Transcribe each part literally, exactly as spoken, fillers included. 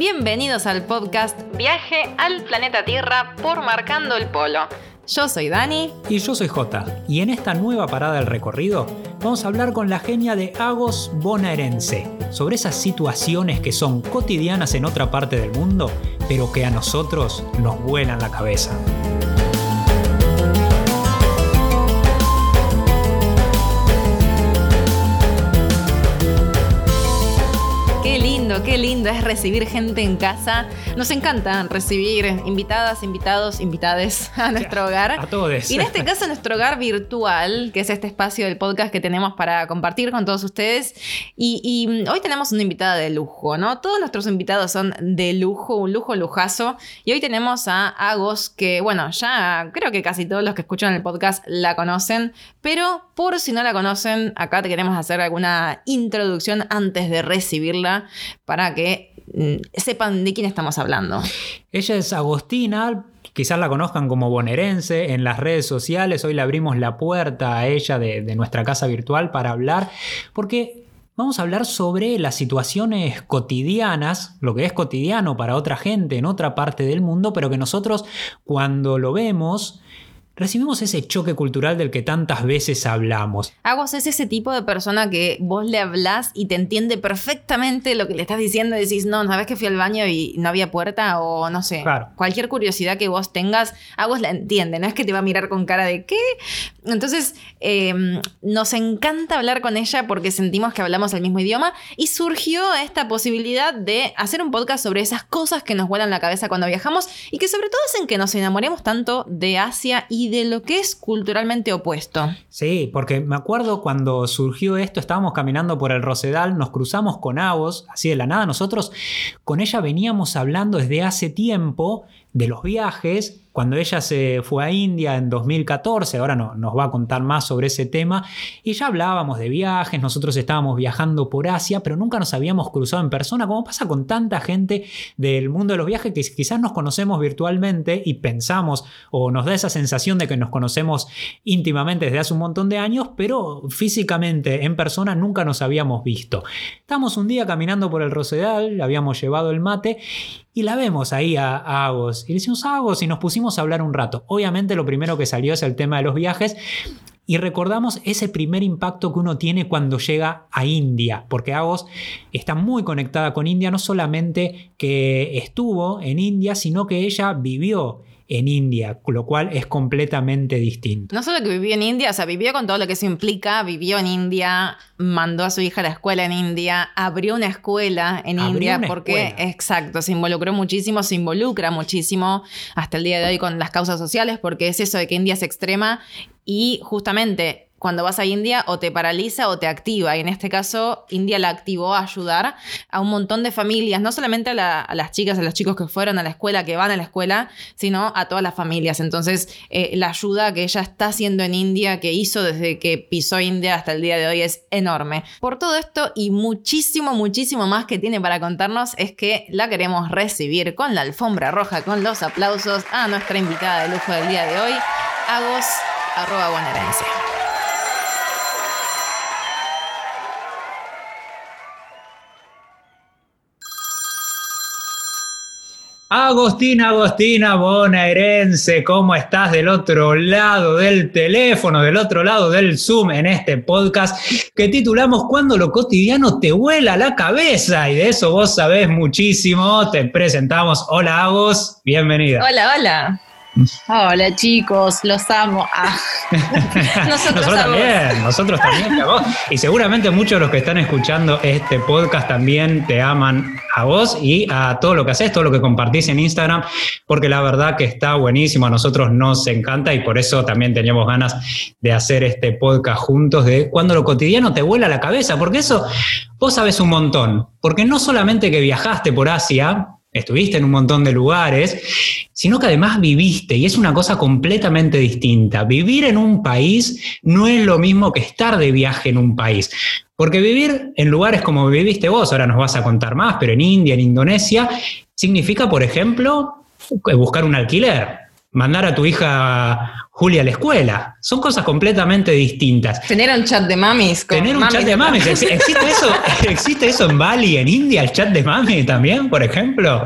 Bienvenidos al podcast Viaje al Planeta Tierra por Marcando el Polo. Yo soy Dani. Y yo soy Jota. Y en esta nueva parada del recorrido vamos a hablar con la genia de Agos bonaerense sobre esas situaciones que son cotidianas en otra parte del mundo, pero que a nosotros nos vuelan la cabeza. Qué lindo, qué lindo es recibir gente en casa. Nos encanta recibir invitadas, invitados, invitades a nuestro hogar. A todos. Y en este caso nuestro hogar virtual, que es este espacio del podcast que tenemos para compartir con todos ustedes. Y, y hoy tenemos una invitada de lujo, ¿no? Todos nuestros invitados son de lujo, un lujo, lujazo. Y hoy tenemos a Agos, que bueno, ya creo que casi todos los que escuchan el podcast la conocen. Pero por si no la conocen, acá te queremos hacer alguna introducción antes de recibirla, para que mm, sepan de quién estamos hablando. Ella es Agostina, quizás la conozcan como bonaerense en las redes sociales. Hoy le abrimos la puerta a ella de, de nuestra casa virtual para hablar, porque vamos a hablar sobre las situaciones cotidianas, lo que es cotidiano para otra gente en otra parte del mundo, pero que nosotros cuando lo vemos recibimos ese choque cultural del que tantas veces hablamos. Agos es ese tipo de persona que vos le hablás y te entiende perfectamente lo que le estás diciendo y decís, no, ¿sabés que fui al baño y no había puerta? O no sé, claro. Cualquier curiosidad que vos tengas, Agos la entiende, no es que te va a mirar con cara de ¿qué? Entonces, eh, nos encanta hablar con ella porque sentimos que hablamos el mismo idioma y surgió esta posibilidad de hacer un podcast sobre esas cosas que nos vuelan la cabeza cuando viajamos y que sobre todo hacen que nos enamoremos tanto de Asia y de lo que es culturalmente opuesto. Sí, porque me acuerdo cuando surgió esto, estábamos caminando por el Rosedal, nos cruzamos con Agos, así de la nada. Nosotros con ella veníamos hablando desde hace tiempo de los viajes. Cuando ella se fue a India en dos mil catorce, ahora no, nos va a contar más sobre ese tema, y ya hablábamos de viajes, nosotros estábamos viajando por Asia, pero nunca nos habíamos cruzado en persona, como pasa con tanta gente del mundo de los viajes que quizás nos conocemos virtualmente y pensamos, o nos da esa sensación de que nos conocemos íntimamente desde hace un montón de años, pero físicamente, en persona, nunca nos habíamos visto. Estábamos un día caminando por el Rosedal, habíamos llevado el mate, y la vemos ahí a, a Agos, y le decimos Agos, y nos pusimos a hablar un rato. Obviamente lo primero que salió es el tema de los viajes y recordamos ese primer impacto que uno tiene cuando llega a India, porque Agos está muy conectada con India, no solamente que estuvo en India, sino que ella vivió en India, lo cual es completamente distinto. No solo que vivió en India, o sea, vivió con todo lo que eso implica, vivió en India, mandó a su hija a la escuela en India, abrió una escuela en Abrió India, una porque, escuela. Exacto, se involucró muchísimo, se involucra muchísimo hasta el día de hoy con las causas sociales, porque es eso de que India es extrema y justamente cuando vas a India o te paraliza o te activa. Y en este caso, India la activó a ayudar a un montón de familias, no solamente a, la, a las chicas, a los chicos que fueron a la escuela, que van a la escuela, sino a todas las familias. Entonces, eh, la ayuda que ella está haciendo en India, que hizo desde que pisó India hasta el día de hoy, es enorme. Por todo esto y muchísimo, muchísimo más que tiene para contarnos, es que la queremos recibir con la alfombra roja, con los aplausos a nuestra invitada de lujo del día de hoy, Agos, arroba bonaerense. Agostina, Agostina bonaerense, ¿cómo estás del otro lado del teléfono, del otro lado del Zoom en este podcast que titulamos Cuando lo cotidiano te vuela la cabeza? Y de eso vos sabés muchísimo. Te presentamos. Hola, Agos, bienvenida. Hola, hola. Hola chicos, los amo. Ah. Nosotros, nosotros también, nosotros también a vos. Y seguramente muchos de los que están escuchando este podcast también te aman a vos y a todo lo que haces, todo lo que compartís en Instagram, porque la verdad que está buenísimo, a nosotros nos encanta y por eso también teníamos ganas de hacer este podcast juntos de Cuando lo cotidiano te vuela la cabeza, porque eso vos sabés un montón, porque no solamente que viajaste por Asia, estuviste en un montón de lugares, sino que además viviste, y es una cosa completamente distinta. Vivir en un país no es lo mismo que estar de viaje en un país. Porque vivir en lugares como viviste vos, ahora nos vas a contar más, pero en India, en Indonesia, significa, por ejemplo, buscar un alquiler. mandar a tu hija Julia a la escuela. Son cosas completamente distintas. Tener un chat de mamis. Con Tener un mamis chat de mamis. ¿Existe eso, ¿Existe eso en Bali, en India, el chat de mami también, por ejemplo?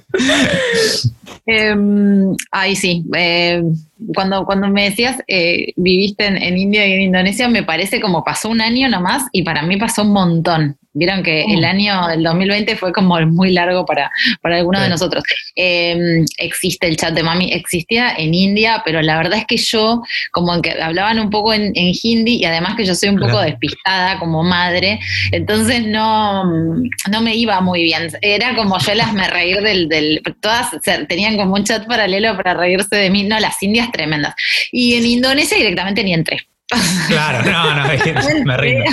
Eh, ay, sí. Eh, cuando, cuando me decías eh, viviste en, en India y en Indonesia, me parece como pasó un año nomás y para mí pasó un montón. Vieron que el año del dos mil veinte fue como muy largo para, para algunos sí. de nosotros. Eh, existe el chat de mami, existía en India, pero la verdad es que yo, como que hablaban un poco en, en hindi y además que yo soy un poco claro. despistada como madre, entonces no, no me iba muy bien. Era como yo las me reír del, del todas tenían como un chat paralelo para reírse de mí. No, las indias tremendas. Y en Indonesia directamente ni entré. Claro, no, no, me rindo.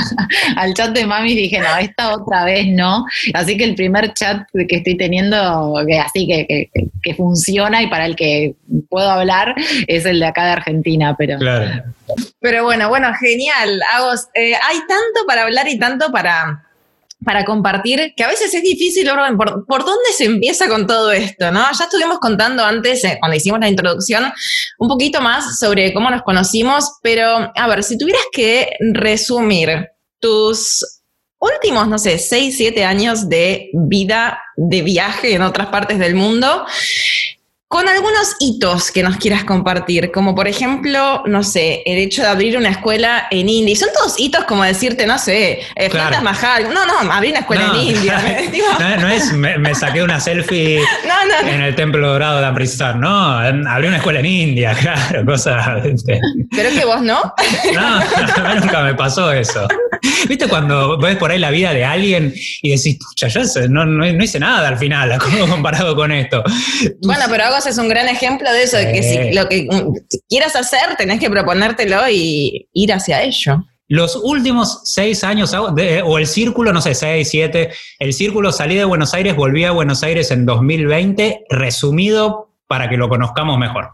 Al chat de mami dije, no, esta otra vez no. Así que el primer chat que estoy teniendo, que así que, que, que funciona y para el que puedo hablar, es el de acá de Argentina. Pero, claro. pero bueno, bueno, genial. Agos, eh, hay tanto para hablar y tanto para... para compartir, que a veces es difícil, ¿por, ¿por dónde se empieza con todo esto? ¿No? Ya estuvimos contando antes, eh, cuando hicimos la introducción, un poquito más sobre cómo nos conocimos, pero a ver, si tuvieras que resumir tus últimos, no sé, seis, siete años de vida, de viaje en otras partes del mundo, con algunos hitos que nos quieras compartir, como por ejemplo, no sé, el hecho de abrir una escuela en India. Y son todos hitos como decirte, no sé, eh, claro. Plantas Mahal. No, no, abrí una escuela no, en India. No, no es, me, me saqué una selfie no, no, en no. el Templo Dorado de Amritsar. No, abrí una escuela en India, claro, cosas... Pero que vos no. No, no, nunca me pasó eso. ¿Viste cuando ves por ahí la vida de alguien y decís, pucha, yo no, no, no hice nada al final, comparado con esto? Tú, bueno, pero Agos es un gran ejemplo de eso, de que si lo que quieras hacer, tenés que proponértelo y ir hacia ello. Los últimos seis años, de, o el círculo, no sé, seis, siete, el círculo, salí de Buenos Aires, volví a Buenos Aires en dos mil veinte, resumido para que lo conozcamos mejor.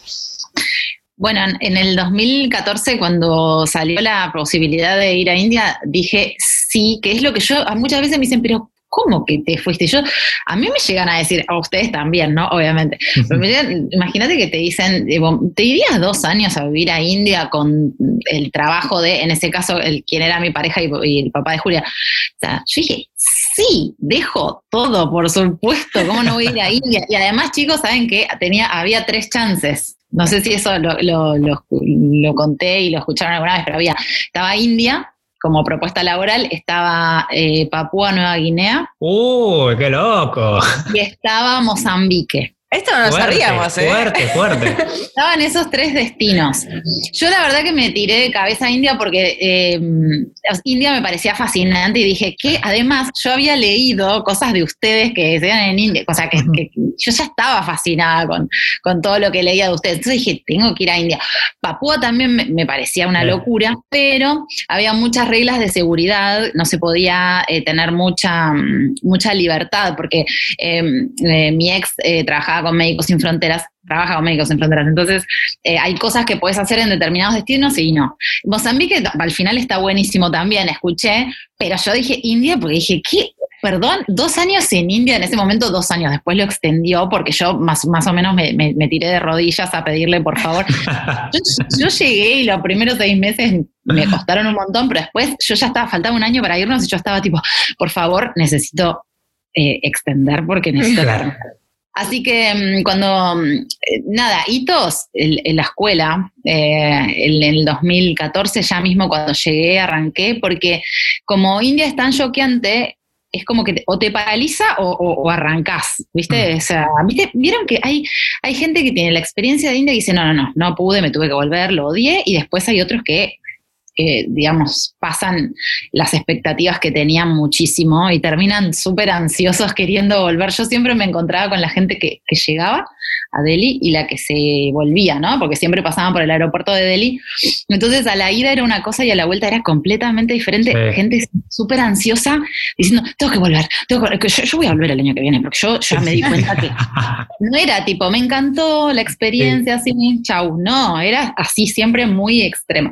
Bueno, en el dos mil catorce, cuando salió la posibilidad de ir a India, dije sí, que es lo que yo, muchas veces me dicen, pero ¿cómo que te fuiste? Yo, a mí me llegan a decir, a ustedes también, ¿no? Obviamente. Pero me llegan, imagínate que te dicen, ¿te irías dos años a vivir a India con el trabajo de, en ese caso, el quien era mi pareja y, y el papá de Julia? O sea, yo dije, sí, dejo todo, por supuesto, ¿cómo no voy a ir a India? Y además, chicos, ¿saben qué? Tenía, había tres chances. No sé si eso lo, lo, lo, lo conté y lo escucharon alguna vez, pero había, estaba India como propuesta laboral, estaba eh, Papúa Nueva Guinea. ¡Uy, qué loco! Y estaba Mozambique. Esto no lo fuerte, sabíamos, ¿eh? Fuerte, fuerte. Estaban esos tres destinos. Yo la verdad que me tiré de cabeza a India porque eh, India me parecía fascinante y dije que además yo había leído cosas de ustedes que se dan en India, o sea, que, que yo ya estaba fascinada con, con todo lo que leía de ustedes. Entonces dije, tengo que ir a India. Papúa también me, me parecía una locura, pero había muchas reglas de seguridad, no se podía eh, tener mucha, mucha libertad porque eh, eh, mi ex eh, trabajaba con Médicos Sin Fronteras, trabaja con Médicos Sin Fronteras, entonces eh, hay cosas que puedes hacer en determinados destinos y no. Mozambique al final está buenísimo también, escuché, pero yo dije India porque dije, ¿qué? Perdón, dos años en India, en ese momento dos años, después lo extendió porque yo más, más o menos me, me, me tiré de rodillas a pedirle por favor. yo, yo llegué y los primeros seis meses me costaron un montón, pero después yo ya estaba, faltaba un año para irnos y yo estaba tipo, por favor, necesito eh, extender porque necesito... Claro. Así que cuando, nada, hitos en, en la escuela, eh, en el dos mil catorce ya mismo cuando llegué arranqué, porque como India es tan choqueante, es como que te, o te paraliza o, o, o arrancás, ¿viste? Mm. O sea, ¿viste? Vieron que hay, hay gente que tiene la experiencia de India y dice, no, no, no, no pude, me tuve que volver, lo odié, y después hay otros que... que, digamos, pasan las expectativas que tenían muchísimo y terminan súper ansiosos queriendo volver. Yo siempre me encontraba con la gente que, que llegaba a Delhi y la que se volvía, ¿no? Porque siempre pasaban por el aeropuerto de Delhi. Entonces, a la ida era una cosa y a la vuelta era completamente diferente. Sí. Gente súper ansiosa diciendo, tengo que volver, tengo que, yo, yo voy a volver el año que viene, porque yo ya me di cuenta que no era tipo, me encantó la experiencia, sí. así, chau. No, era así siempre muy extremo.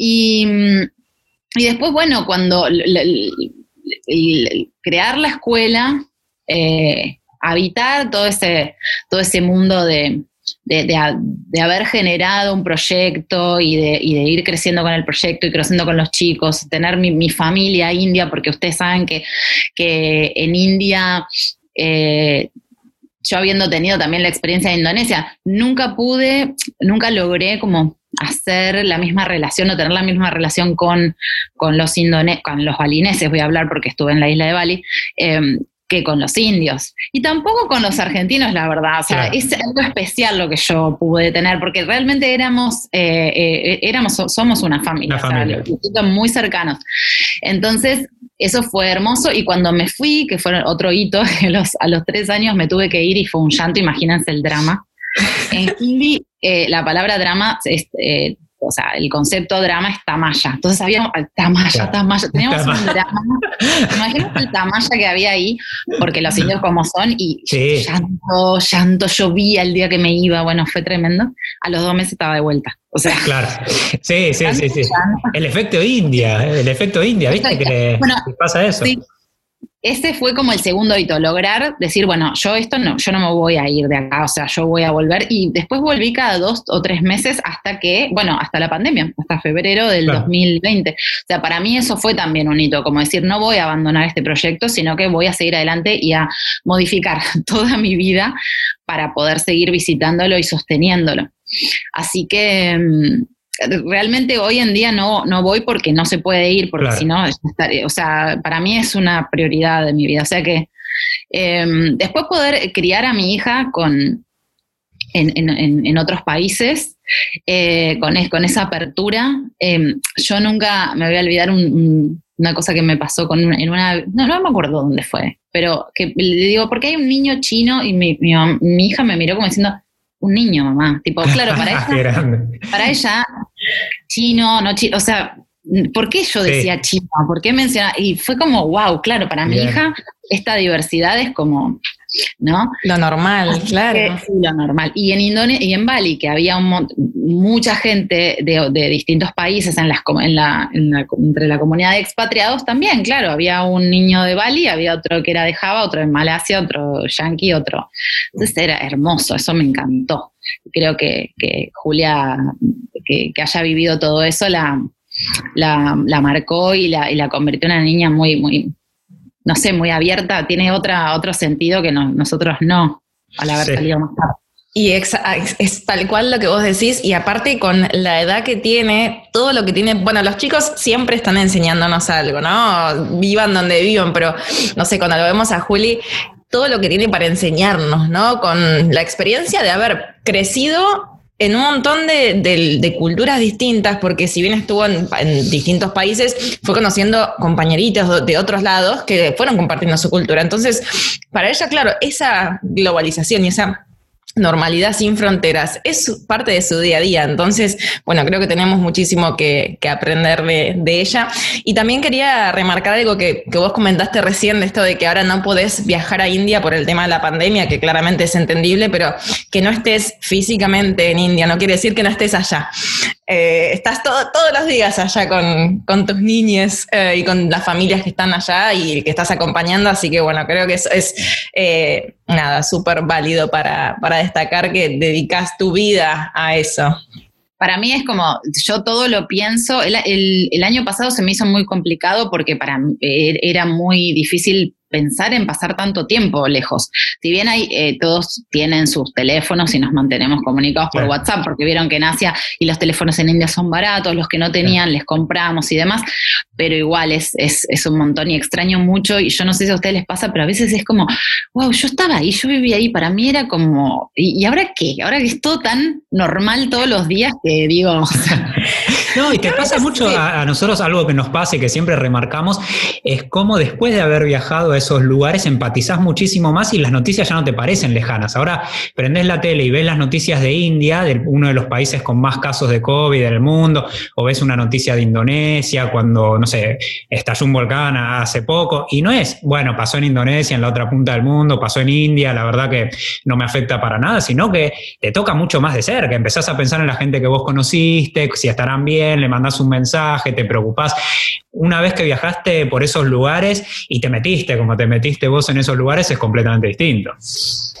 Y Y después, bueno, cuando l- l- l- crear la escuela, eh, habitar todo ese, todo ese mundo de, de, de, de haber generado un proyecto y de, y de ir creciendo con el proyecto y creciendo con los chicos, tener mi, mi familia india, porque ustedes saben que, que en India, eh, yo habiendo tenido también la experiencia de Indonesia, nunca pude, nunca logré como hacer la misma relación o tener la misma relación con, con los indone- con los balineses, voy a hablar porque estuve en la isla de Bali, eh, que con los indios. Y tampoco con los argentinos, la verdad. O sea, claro, es algo especial lo que yo pude tener, porque realmente éramos, eh, eh, éramos somos una familia, una familia. O sea, muy cercanos. Entonces, eso fue hermoso. Y cuando me fui, que fue otro hito, a los, a los tres años me tuve que ir y fue un llanto, imagínense el drama. En hindi, eh, la palabra drama es... Eh, o sea, el concepto drama es tamaya. Entonces habíamos, tamaya, claro, tamaya, teníamos tamaya. Un drama. Imagínate el tamaya que había ahí, porque los indios como son, y sí. llanto, llanto, llovía el día que me iba, bueno, fue tremendo. A los dos meses estaba de vuelta. O sea, claro. Sí, sí, sí, sí. El efecto India, el efecto India, ¿viste? Que, bueno, que pasa eso. Sí. Ese fue como el segundo hito, lograr decir, bueno, yo esto no, yo no me voy a ir de acá, o sea, yo voy a volver, y después volví cada dos o tres meses hasta que, bueno, hasta la pandemia, hasta febrero del claro. dos mil veinte. O sea, para mí eso fue también un hito, como decir, no voy a abandonar este proyecto, sino que voy a seguir adelante y a modificar toda mi vida para poder seguir visitándolo y sosteniéndolo. Así que... realmente hoy en día no, no voy porque no se puede ir, porque claro. si no, o sea, para mí es una prioridad de mi vida. O sea que eh, después poder criar a mi hija con, en, en, en otros países, eh, con, es, con esa apertura, eh, yo nunca me voy a olvidar un, un, una cosa que me pasó con una, en una, no, no me acuerdo dónde fue, pero que le digo, porque hay un niño chino y mi, mi, mi hija me miró como diciendo, un niño, mamá, tipo, claro, para ella, para ella, chino, no chino, o sea, ¿por qué yo decía sí. chino? ¿Por qué mencionaba? Y fue como, wow, claro, para Bien. mi hija esta diversidad es como, ¿no? Lo normal, Así claro. Que, sí, lo normal. Y en Indonesia y en Bali, que había un, mucha gente de, de distintos países en las, en la, en la, entre la comunidad de expatriados también, claro, había un niño de Bali, había otro que era de Java, otro de Malasia, otro yanqui, otro. Entonces era hermoso, eso me encantó. Creo que, que Julia, que, que haya vivido todo eso, la, la, la marcó y la, y la convirtió en una niña muy, muy, no sé, muy abierta, tiene otra, otro sentido que no, nosotros no, al haber sí. salido más tarde. Y es, es tal cual lo que vos decís, y aparte con la edad que tiene, todo lo que tiene, bueno, los chicos siempre están enseñándonos algo, ¿no? Vivan donde vivan, pero no sé, cuando lo vemos a Juli, todo lo que tiene para enseñarnos, ¿no? Con la experiencia de haber crecido en un montón de, de, de culturas distintas, porque si bien estuvo en, en distintos países, fue conociendo compañeritos de otros lados que fueron compartiendo su cultura. Entonces, para ella, claro, esa globalización y esa normalidad sin fronteras es parte de su día a día. Entonces, bueno, creo que tenemos muchísimo que, que aprender de, de ella. Y también quería remarcar algo que, que vos comentaste recién, de esto de que ahora no podés viajar a India por el tema de la pandemia, que claramente es entendible, pero que no estés físicamente en India no quiere decir que no estés allá. Eh, estás todo, todos los días allá con, con tus niñes eh, y con las familias que están allá y que estás acompañando, así que bueno, creo que es, es eh, nada, súper válido para, para destacar que dedicas tu vida a eso. Para mí es como, yo todo lo pienso, el, el, el año pasado se me hizo muy complicado porque para mí era muy difícil pensar en pasar tanto tiempo lejos. Si bien hay, eh, todos tienen sus teléfonos y nos mantenemos comunicados por claro. WhatsApp, porque vieron que en Asia y los teléfonos en India son baratos, los que no tenían claro. les compramos y demás, pero igual es, es, es un montón y extraño mucho, y yo no sé si a ustedes les pasa, pero a veces es como, wow, yo estaba ahí, yo vivía ahí, para mí era como, ¿y, y ahora qué? Ahora que es todo tan normal todos los días que digo... O sea, no, y te pasa mucho a, a nosotros, algo que nos pasa y que siempre remarcamos, es cómo después de haber viajado a esos lugares empatizás muchísimo más y las noticias ya no te parecen lejanas. Ahora prendés la tele y ves las noticias de India, de uno de los países con más casos de COVID en el mundo, o ves una noticia de Indonesia cuando, no sé, estalló un volcán hace poco, y no es, bueno, pasó en Indonesia, en la otra punta del mundo, pasó en India, la verdad que no me afecta para nada, sino que te toca mucho más de cerca, empezás a pensar en la gente que vos conociste, si estarán bien, le mandás un mensaje, te preocupás. Una vez que viajaste por esos lugares y te metiste como te metiste vos en esos lugares, es completamente distinto.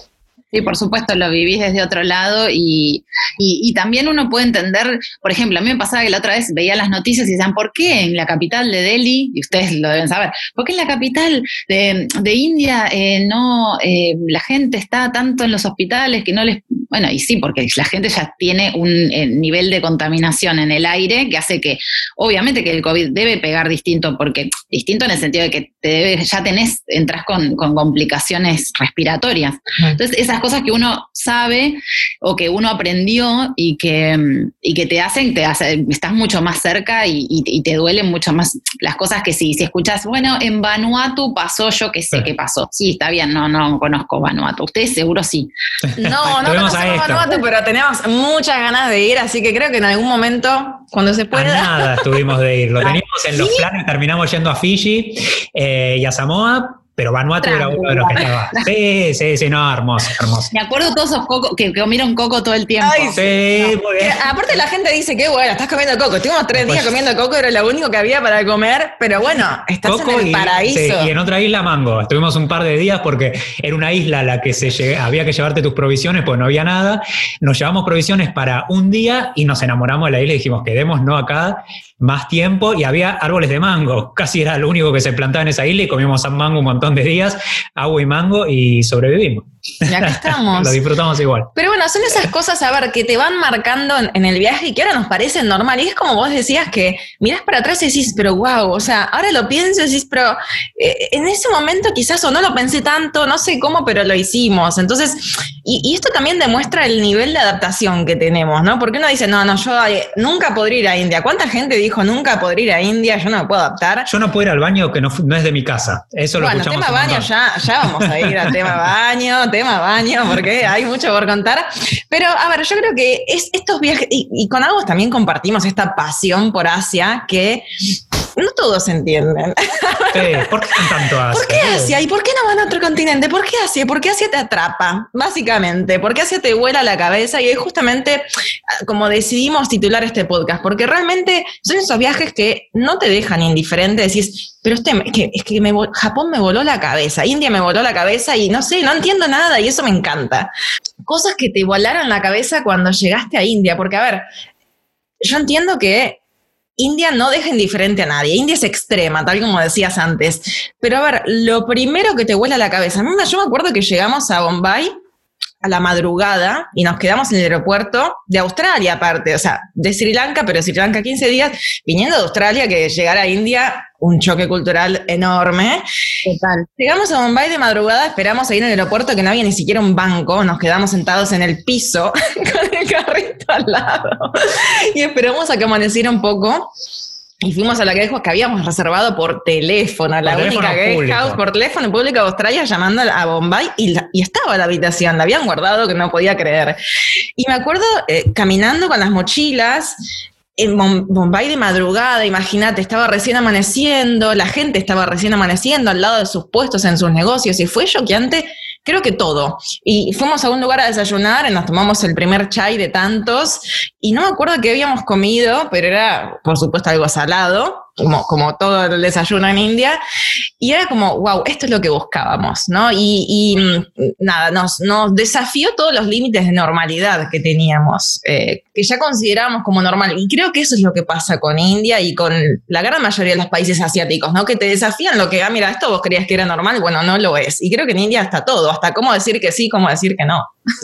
Sí, por supuesto, lo vivís desde otro lado y, y, y también uno puede entender, por ejemplo, a mí me pasaba que la otra vez veía las noticias y decían, ¿por qué en la capital de Delhi, y ustedes lo deben saber, por qué en la capital de, de India eh, no, eh, la gente está tanto en los hospitales que no les... Bueno, y sí, porque la gente ya tiene un eh, nivel de contaminación en el aire que hace que, obviamente que el COVID debe pegar distinto, porque distinto en el sentido de que te debe, ya tenés, entras con, con complicaciones respiratorias. Entonces, esas cosas que uno sabe o que uno aprendió y que, y que te hacen, te hace, estás mucho más cerca y, y, y te duelen mucho más las cosas que si, si escuchás, bueno, en Vanuatu pasó, yo que sé qué pasó. Sí, está bien, no, no conozco Vanuatu. Ustedes seguro sí. No, no conocemos Vanuatu, pero tenemos muchas ganas de ir, así que creo que en algún momento, cuando se pueda. A nada estuvimos de ir. Lo teníamos en los planes, terminamos yendo a Fiji eh, y a Samoa. Pero Vanuatu era uno de los que estaba. Sí, sí, sí, no, hermoso, hermoso. Me acuerdo todos esos cocos que, que comieron coco todo el tiempo. Ay, sí, no. Muy bien. Aparte la gente dice que bueno, estás comiendo coco. Estuvimos tres pues, días comiendo coco, era lo único que había para comer, pero bueno, estás coco en el y, paraíso. Sí, y en otra isla mango. Estuvimos un par de días porque era una isla a la que se lleg- había que llevarte tus provisiones porque no había nada. Nos llevamos provisiones para un día y nos enamoramos de la isla y dijimos, quedémonos acá más tiempo, y había árboles de mango. Casi era lo único que se plantaba en esa isla y comimos mango un montón de días, agua y mango, y sobrevivimos. Y acá estamos. Lo disfrutamos igual. Pero bueno, son esas cosas, a ver, que te van marcando en, en el viaje y que ahora nos parecen normal. Y es como vos decías que mirás para atrás y decís, pero wow, o sea, ahora lo pienso y decís, pero eh, en ese momento quizás o no lo pensé tanto, no sé cómo, pero lo hicimos. Entonces, y, y esto también demuestra el nivel de adaptación que tenemos, ¿no? Porque uno dice, no, no, yo eh, nunca podría ir a India. ¿Cuánta gente dijo, nunca podría ir a India, yo no me puedo adaptar? Yo no puedo ir al baño que no, no es de mi casa. Eso lo bueno, escuchamos. Tema baño, ya, ya vamos a ir al tema baño, tema baño, porque hay mucho por contar. Pero, a ver, yo creo que es estos viajes, y, y con Agus también compartimos esta pasión por Asia que no todos entienden. Sí, ¿por qué tanto Asia? ¿Por qué Asia? ¿Y por qué no van a otro continente? ¿Por qué Asia? ¿Por qué Asia te atrapa? Básicamente, ¿por qué Asia te vuela la cabeza? Y es justamente como decidimos titular este podcast, porque realmente son esos viajes que no te dejan indiferente, decís, pero este, es que, es que me, Japón me voló la cabeza, India me voló la cabeza y no sé, no entiendo nada y eso me encanta. Cosas que te volaron la cabeza cuando llegaste a India, porque a ver, yo entiendo que India no deja indiferente a nadie. India es extrema, tal como decías antes. Pero a ver, lo primero que te vuela la cabeza. Yo me acuerdo que llegamos a Bombay a la madrugada y nos quedamos en el aeropuerto de Australia aparte, o sea, de Sri Lanka, pero Sri Lanka quince días, viniendo de Australia, que llegar a India, un choque cultural enorme. Total. Llegamos a Bombay de madrugada, esperamos ahí en el aeropuerto que no había ni siquiera un banco, nos quedamos sentados en el piso con el carrito al lado y esperamos a que amaneciera un poco. Y fuimos a la guest house que habíamos reservado por teléfono, la por única guest house por teléfono público de Australia, llamando a Bombay, y, la, y estaba la habitación, la habían guardado, que no podía creer. Y me acuerdo eh, caminando con las mochilas en Bombay de madrugada, imagínate, estaba recién amaneciendo, la gente estaba recién amaneciendo al lado de sus puestos en sus negocios, y fue choqueante. Creo que todo. Y fuimos a un lugar a desayunar, nos tomamos el primer chai de tantos, y no me acuerdo qué habíamos comido, pero era, por supuesto, algo salado, como, como todo el desayuno en India, y era como, wow, esto es lo que buscábamos, ¿no? Y, y nada, nos, nos desafió todos los límites de normalidad que teníamos, eh, que ya considerábamos como normal, y creo que eso es lo que pasa con India y con la gran mayoría de los países asiáticos, ¿no? Que te desafían lo que, ah, mira, esto vos creías que era normal, bueno, no lo es, y creo que en India está todo, hasta cómo decir que sí, cómo decir que no.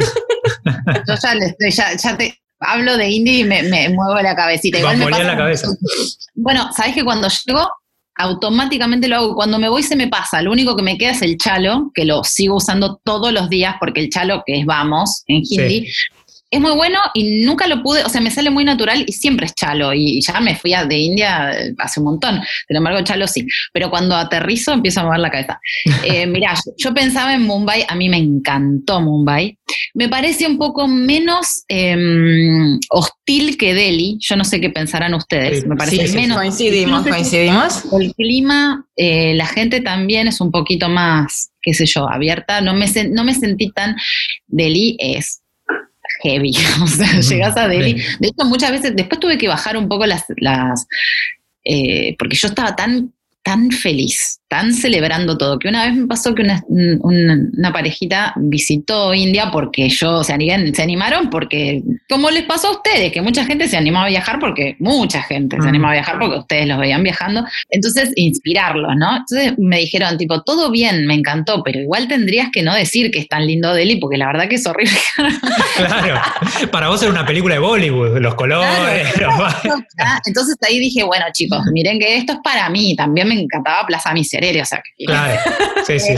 Yo ya, le estoy, ya, ya te hablo de India y me, me muevo la cabecita. Igual me pasa la cabeza. Bueno, sabes que cuando llego, automáticamente lo hago. Cuando me voy se me pasa. Lo único que me queda es el chalo, que lo sigo usando todos los días, porque el chalo, que es vamos, en hindi, sí, es muy bueno y nunca lo pude, o sea, me sale muy natural y siempre es chalo. Y ya me fui a, de India hace un montón. Sin embargo, chalo sí. Pero cuando aterrizo empiezo a mover la cabeza. Eh, mirá, yo, yo pensaba en Mumbai, a mí me encantó Mumbai. Me parece un poco menos eh, hostil que Delhi. Yo no sé qué pensarán ustedes. Sí, me parece sí, menos. Sí, coincidimos, no sé coincidimos. Si el clima, eh, la gente también es un poquito más, qué sé yo, abierta. No me, no me sentí tan. Delhi es heavy, o sea, mm, llegas a Delhi. Bien. De hecho, muchas veces, después tuve que bajar un poco las, las eh, porque yo estaba tan, tan feliz, están celebrando todo. Que una vez me pasó que una, una, una parejita visitó India porque yo, se, se animaron porque, como les pasó a ustedes, que mucha gente se animó a viajar porque, mucha gente mm. se animó a viajar porque ustedes los veían viajando. Entonces, inspirarlos, ¿no? Entonces me dijeron, tipo, todo bien, me encantó, pero igual tendrías que no decir que es tan lindo Delhi porque la verdad que es horrible. Claro, para vos era una película de Bollywood, los colores. Claro, los... no, entonces ahí dije, bueno chicos, miren que esto es para mí, también me encantaba Plaza Miserere, o sea que... Claro, sí, sí.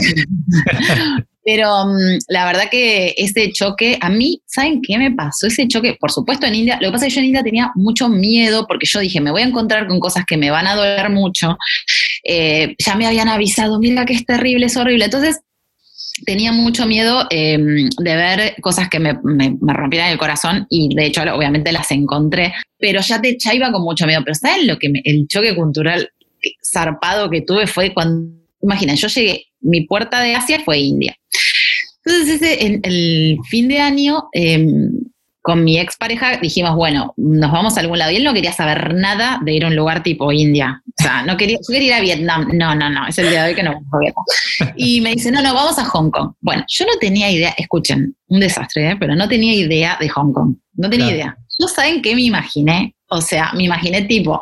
Pero um, la verdad que ese choque, a mí, ¿saben qué me pasó? Ese choque, por supuesto en India, lo que pasa es que yo en India tenía mucho miedo porque yo dije, me voy a encontrar con cosas que me van a doler mucho, eh, ya me habían avisado, mira que es terrible, es horrible, entonces tenía mucho miedo eh, de ver cosas que me, me, me rompieran el corazón y de hecho obviamente las encontré, pero ya, te, ya iba con mucho miedo. Pero ¿saben lo que me, el choque cultural zarpado que tuve fue cuando, imagina, yo llegué, mi puerta de Asia fue India. Entonces ese, el, el fin de año eh, con mi expareja dijimos, bueno, nos vamos a algún lado. Y él no quería saber nada de ir a un lugar tipo India. O sea, no quería, yo quería ir a Vietnam. No, no, no, es el día de hoy que no vamos a Vietnam. Y me dice, no, no, vamos a Hong Kong. Bueno, yo no tenía idea, escuchen, un desastre, ¿eh? Pero no tenía idea de Hong Kong. No tenía claro. idea. ¿No saben qué me imaginé? O sea, me imaginé tipo...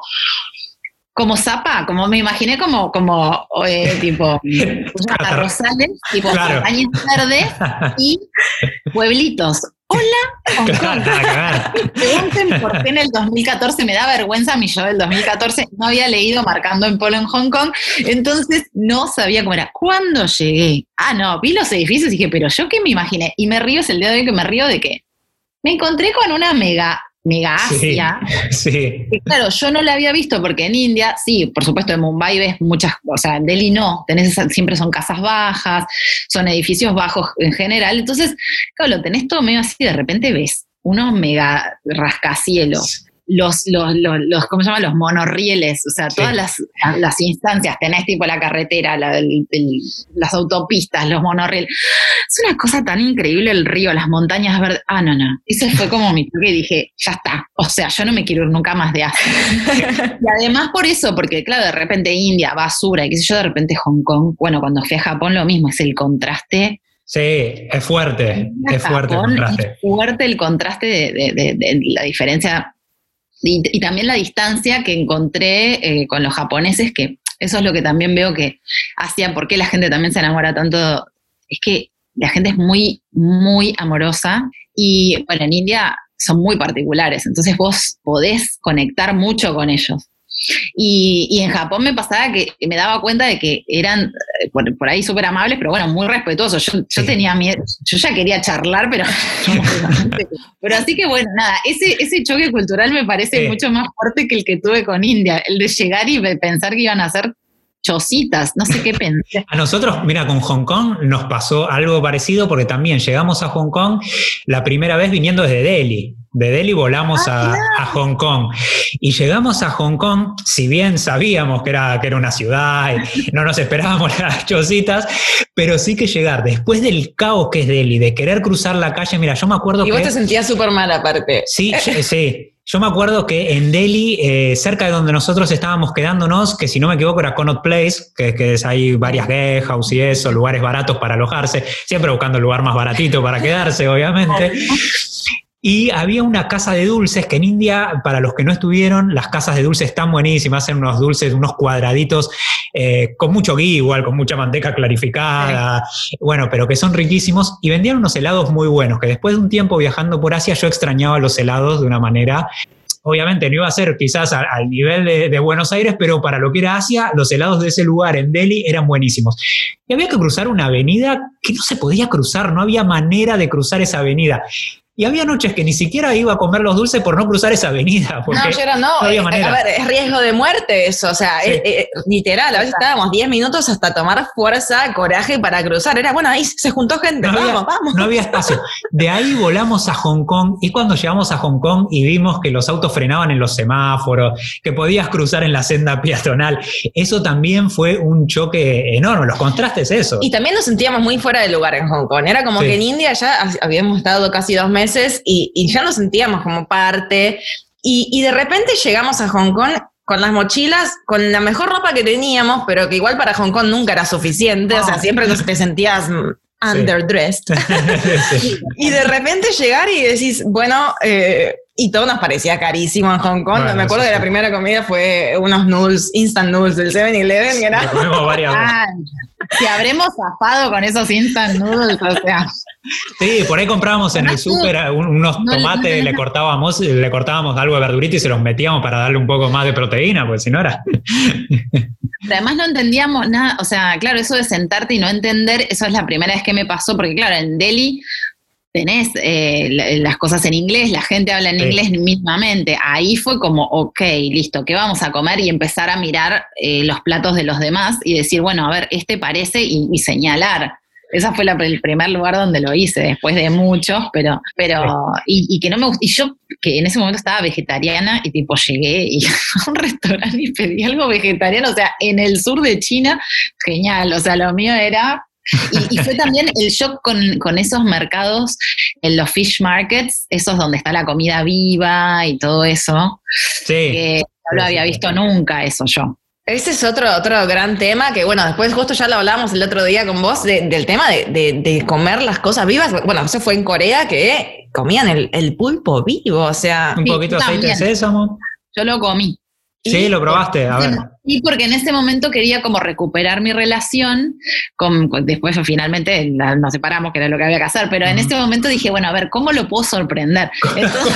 como Zapa, como me imaginé como, como eh, tipo arrozales, tipo claro. montañas verdes y pueblitos. Hola, Hong Kong. Pregunten por qué en el dos mil catorce, me da vergüenza a mí, yo del dos mil catorce no había leído Marcando en Polo en Hong Kong, entonces no sabía cómo era. Cuando llegué, ah no, vi los edificios y dije, pero yo qué me imaginé, y me río, es el día de hoy que me río de qué. Me encontré con una mega... mega Asia, sí, sí. que claro, yo no la había visto porque en India, sí, por supuesto en Mumbai ves muchas, o sea, en Delhi no, tenés esas, siempre son casas bajas, son edificios bajos en general, entonces, claro, lo tenés todo medio así, de repente ves unos mega rascacielos, los, los, los, los ¿cómo se llama? Los monorrieles, o sea, todas sí. las, las instancias, tenés tipo la carretera, la, el, el, las autopistas, los monorrieles, es una cosa tan increíble el río, las montañas verdes, ah, no, no, ese fue como mi toque y dije, ya está, o sea, yo no me quiero ir nunca más de Asia. Y además por eso, porque claro, de repente India, basura, y qué sé yo, de repente Hong Kong, bueno, cuando fui a Japón lo mismo, es el contraste. Sí, es fuerte, es fuerte Japón, el contraste. Es fuerte el contraste de, de, de, de la diferencia. Y, y también la distancia que encontré eh, con los japoneses, que eso es lo que también veo que hacía, por qué la gente también se enamora tanto, es que la gente es muy, muy amorosa y, bueno, en India son muy particulares, entonces vos podés conectar mucho con ellos. Y, y en Japón me pasaba que me daba cuenta de que eran por, por ahí súper amables, pero bueno, muy respetuosos. Yo, yo sí. tenía miedo, yo ya quería charlar, pero pero así que bueno, nada, ese, ese choque cultural me parece sí. mucho más fuerte que el que tuve con India, el de llegar y pensar que iban a ser chocitas, no sé qué pensé. A nosotros, mira, con Hong Kong nos pasó algo parecido porque también llegamos a Hong Kong la primera vez viniendo desde Delhi. De Delhi volamos ah, a, a Hong Kong y llegamos a Hong Kong, si bien sabíamos que era, que era una ciudad y no nos esperábamos las chocitas, pero sí que llegar después del caos que es Delhi, de querer cruzar la calle, mira, yo me acuerdo y que... Y vos te sentías súper mal aparte. Sí, sí. Yo me acuerdo que en Delhi, eh, cerca de donde nosotros estábamos quedándonos, que si no me equivoco era Connaught Place, que, que es, hay varias guest house y eso, lugares baratos para alojarse, siempre buscando el lugar más baratito para quedarse, obviamente. Y había una casa de dulces que en India, para los que no estuvieron, las casas de dulces están buenísimas, hacen unos dulces, unos cuadraditos eh, con mucho ghee igual, con mucha manteca clarificada, sí. bueno, pero que son riquísimos y vendían unos helados muy buenos, que después de un tiempo viajando por Asia yo extrañaba los helados de una manera... Obviamente no iba a ser quizás al, al nivel de, de Buenos Aires, pero para lo que era Asia, los helados de ese lugar en Delhi eran buenísimos. Y había que cruzar una avenida que no se podía cruzar, no había manera de cruzar esa avenida. Y había noches que ni siquiera iba a comer los dulces por no cruzar esa avenida. Porque no, yo era no. no había eh, manera. A ver, es riesgo de muerte eso. O sea, sí. es, es, literal. A veces estábamos diez minutos hasta tomar fuerza, coraje para cruzar. Era bueno, ahí se juntó gente. No vamos, había, vamos. No había espacio. De ahí volamos a Hong Kong. Y cuando llegamos a Hong Kong y vimos que los autos frenaban en los semáforos, que podías cruzar en la senda peatonal, eso también fue un choque enorme. Los contrastes, eso. Y también nos sentíamos muy fuera de lugar en Hong Kong. Era como sí. que en India ya habíamos estado casi dos meses y, y Y ya nos sentíamos como parte, y, y de repente llegamos a Hong Kong con las mochilas, con la mejor ropa que teníamos, pero que igual para Hong Kong nunca era suficiente, oh. o sea, siempre te sentías underdressed. Sí. Y de repente llegar y decís, bueno, eh, y todo nos parecía carísimo en Hong Kong. Bueno, me acuerdo que sí. La primera comida fue unos noodles, instant noodles del seven eleven. Que era... comimos varias veces. Ah, si habremos zafado con esos instant noodles, o sea... Sí, por ahí comprábamos en el súper unos no, tomates, no, no, no. le cortábamos, le cortábamos algo de verdurita y se los metíamos para darle un poco más de proteína, porque si no era... Además no entendíamos nada, o sea, claro, eso de sentarte y no entender, eso es la primera vez que me pasó, porque claro, en Delhi tenés eh, las cosas en inglés, la gente habla en sí. inglés mismamente, ahí fue como, ok, listo, ¿qué vamos a comer? Y empezar a mirar eh, los platos de los demás y decir, bueno, a ver, este parece, y, y señalar. Ese fue la, el primer lugar donde lo hice, después de muchos, pero, pero, y, y que no me gustó, y yo, que en ese momento estaba vegetariana, y tipo llegué y a un restaurante y pedí algo vegetariano, o sea, en el sur de China, genial, o sea, lo mío era, y, y fue también el shock con, con esos mercados, en los fish markets, esos donde está la comida viva y todo eso, sí. que no lo había visto nunca eso yo. Ese es otro, otro gran tema que, bueno, después justo ya lo hablamos el otro día con vos, de, del tema de, de, de comer las cosas vivas. Bueno, eso fue en Corea que comían el, el pulpo vivo, o sea... Un poquito de aceite de sésamo. Yo lo comí. Sí, lo probaste, a ver. Sí, porque en ese momento quería como recuperar mi relación, con, con, después finalmente la, nos separamos, que era lo que había que hacer, pero uh-huh. en ese momento dije, bueno, a ver, ¿cómo lo puedo sorprender? Entonces,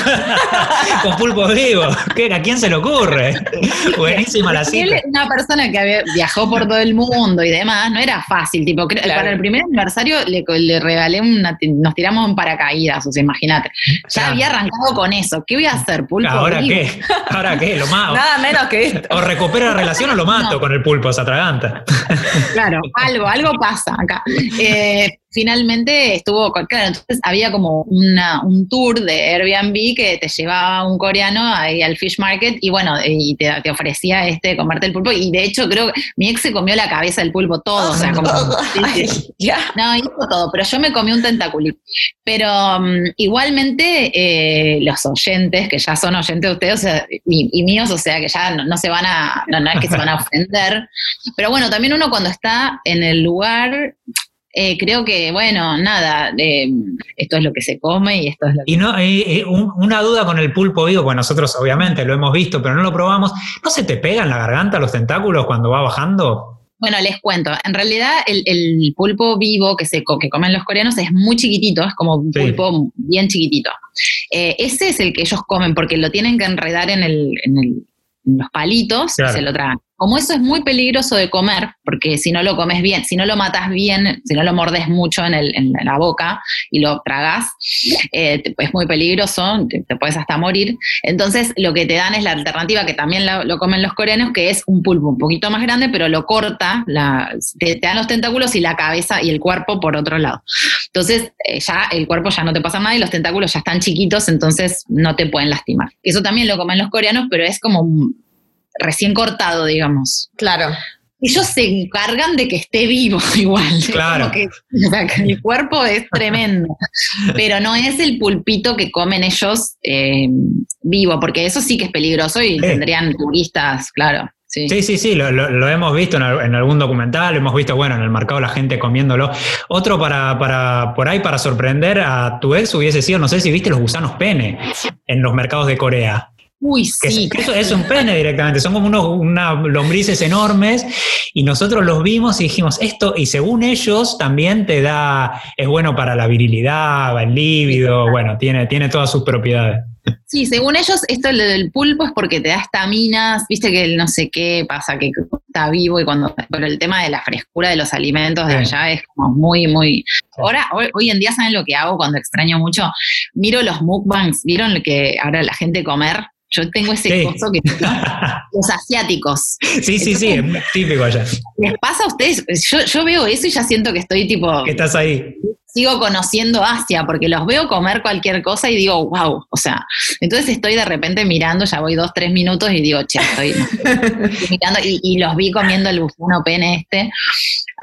con pulpo vivo, ¿a quién se le ocurre? Buenísima la cita. Él, una persona que había, viajó por todo el mundo y demás, no era fácil, tipo, claro. Para el primer aniversario le, le regalé una, nos tiramos en paracaídas, o sea, imagínate. Ya claro. había arrancado con eso, ¿qué voy a hacer, pulpo ¿Ahora vivo? qué? ¿Ahora qué? Lo más. Nada menos que esto. O recupero la relación o lo mato no. con el pulpo, se atraganta. Claro, algo, algo pasa acá. Eh, finalmente estuvo, claro, entonces había como una, un tour de Airbnb que te llevaba un coreano ahí al fish market y bueno, y te, te ofrecía este comerte el pulpo, y de hecho creo que mi ex se comió la cabeza del pulpo todo, o sea, como... Ay, ya. No, hizo todo, pero yo me comí un tentaculito. Pero um, igualmente eh, los oyentes, que ya son oyentes de ustedes, o sea, y, y míos, o sea, que ya no, no se van a, no, no es que se van a ofender, pero bueno, también uno cuando está en el lugar... Eh, creo que, bueno, nada, eh, esto es lo que se come y esto es lo que... Y no, eh, un, una duda con el pulpo vivo, bueno, nosotros obviamente lo hemos visto, pero no lo probamos. ¿No se te pega en la garganta los tentáculos cuando va bajando? Bueno, les cuento. En realidad, el, el pulpo vivo que, se, que comen los coreanos es muy chiquitito, es como un pulpo sí. bien chiquitito. Eh, ese es el que ellos comen porque lo tienen que enredar en, el, en, el, en los palitos claro. y se lo tragan. Como eso es muy peligroso de comer, porque si no lo comes bien, si no lo matas bien, si no lo mordes mucho en, el, en la boca y lo tragas, eh, te, es muy peligroso, te, te puedes hasta morir. Entonces lo que te dan es la alternativa, que también la, lo comen los coreanos, que es un pulpo un poquito más grande, pero lo corta, la, te, te dan los tentáculos y la cabeza y el cuerpo por otro lado. Entonces eh, ya el cuerpo ya no te pasa nada y los tentáculos ya están chiquitos, entonces no te pueden lastimar. Eso también lo comen los coreanos, pero es como... recién cortado, digamos. Claro. Ellos se encargan de que esté vivo igual. Claro. Que, o sea, que el cuerpo es tremendo. Pero no es el pulpito que comen ellos eh, vivo, porque eso sí que es peligroso y eh. tendrían turistas, claro. Sí, sí, sí, sí lo, lo, lo hemos visto en, en algún documental, lo hemos visto, bueno, en el mercado la gente comiéndolo. Otro para, para por ahí, para sorprender a tu ex hubiese sido, no sé si viste los gusanos pene en los mercados de Corea. Uy, sí. Que es, eso es un pene directamente, son como unos una lombrices enormes y nosotros los vimos y dijimos esto, y según ellos también te da, es bueno para la virilidad, el líbido, sí, bueno, tiene, tiene todas sus propiedades. Sí, según ellos, esto del pulpo es porque te da estaminas, viste que el no sé qué pasa, que está vivo y cuando... Pero el tema de la frescura de los alimentos de sí. allá es como muy, muy... Ahora, hoy, hoy en día, ¿saben lo que hago cuando extraño mucho? Miro los mukbangs, ¿vieron lo que ahora la gente comer? Yo tengo ese sí. coso que ¿no? los asiáticos. Sí, sí, Entonces, sí, es típico allá. ¿Les pasa a ustedes? Yo, yo veo eso y ya siento que estoy tipo... Que estás ahí. Sigo conociendo Asia, porque los veo comer cualquier cosa y digo, wow, o sea, entonces estoy de repente mirando, ya voy dos, tres minutos y digo, che, estoy, estoy mirando, y, y los vi comiendo el gusano pene este,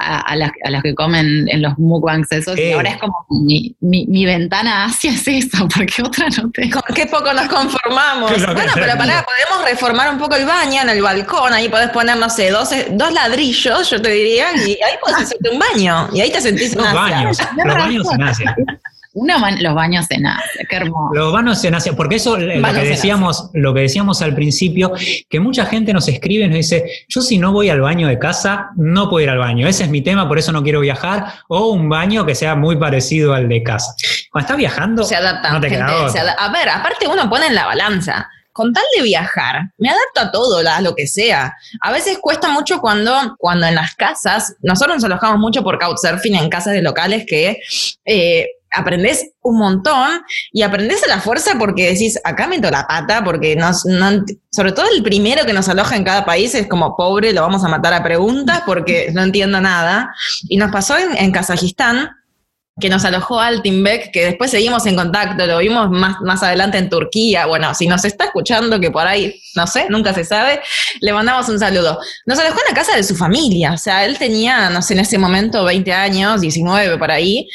a, a, las, a las que comen en los mukbangs esos, eh. y ahora es como mi, mi, mi ventana hacia es esa, porque otra no tengo. Qué poco nos conformamos. Bueno, pero pará, podemos reformar un poco el baño en el balcón, ahí podés poner, no sé, dos, dos ladrillos, yo te diría, y ahí podés hacerte un baño, y ahí te sentís en Asia. Baños, los baños en Asia. Una man, los baños en Asia, qué hermoso. Los baños en Asia, porque eso lo que, decíamos, lo que decíamos al principio, que mucha gente nos escribe y nos dice, yo si no voy al baño de casa, no puedo ir al baño, ese es mi tema, por eso no quiero viajar, o un baño que sea muy parecido al de casa. Cuando estás viajando, se adapta, no te gente, queda se adapta. A ver, aparte uno pone en la balanza, con tal de viajar, me adapto a todo, a lo que sea. A veces cuesta mucho cuando, cuando en las casas, nosotros nos alojamos mucho por couchsurfing en casas de locales que... Eh, aprendés un montón y aprendés a la fuerza porque decís, acá meto la pata, porque no, no, sobre todo el primero que nos aloja en cada país es como, pobre, lo vamos a matar a preguntas porque no entiendo nada. Y nos pasó en, en Kazajistán, que nos alojó Altinbek, que después seguimos en contacto, lo vimos más, más adelante en Turquía. Bueno, si nos está escuchando, que por ahí, no sé, nunca se sabe, le mandamos un saludo. Nos alojó en la casa de su familia, o sea, él tenía, no sé, en ese momento veinte años, diecinueve por ahí,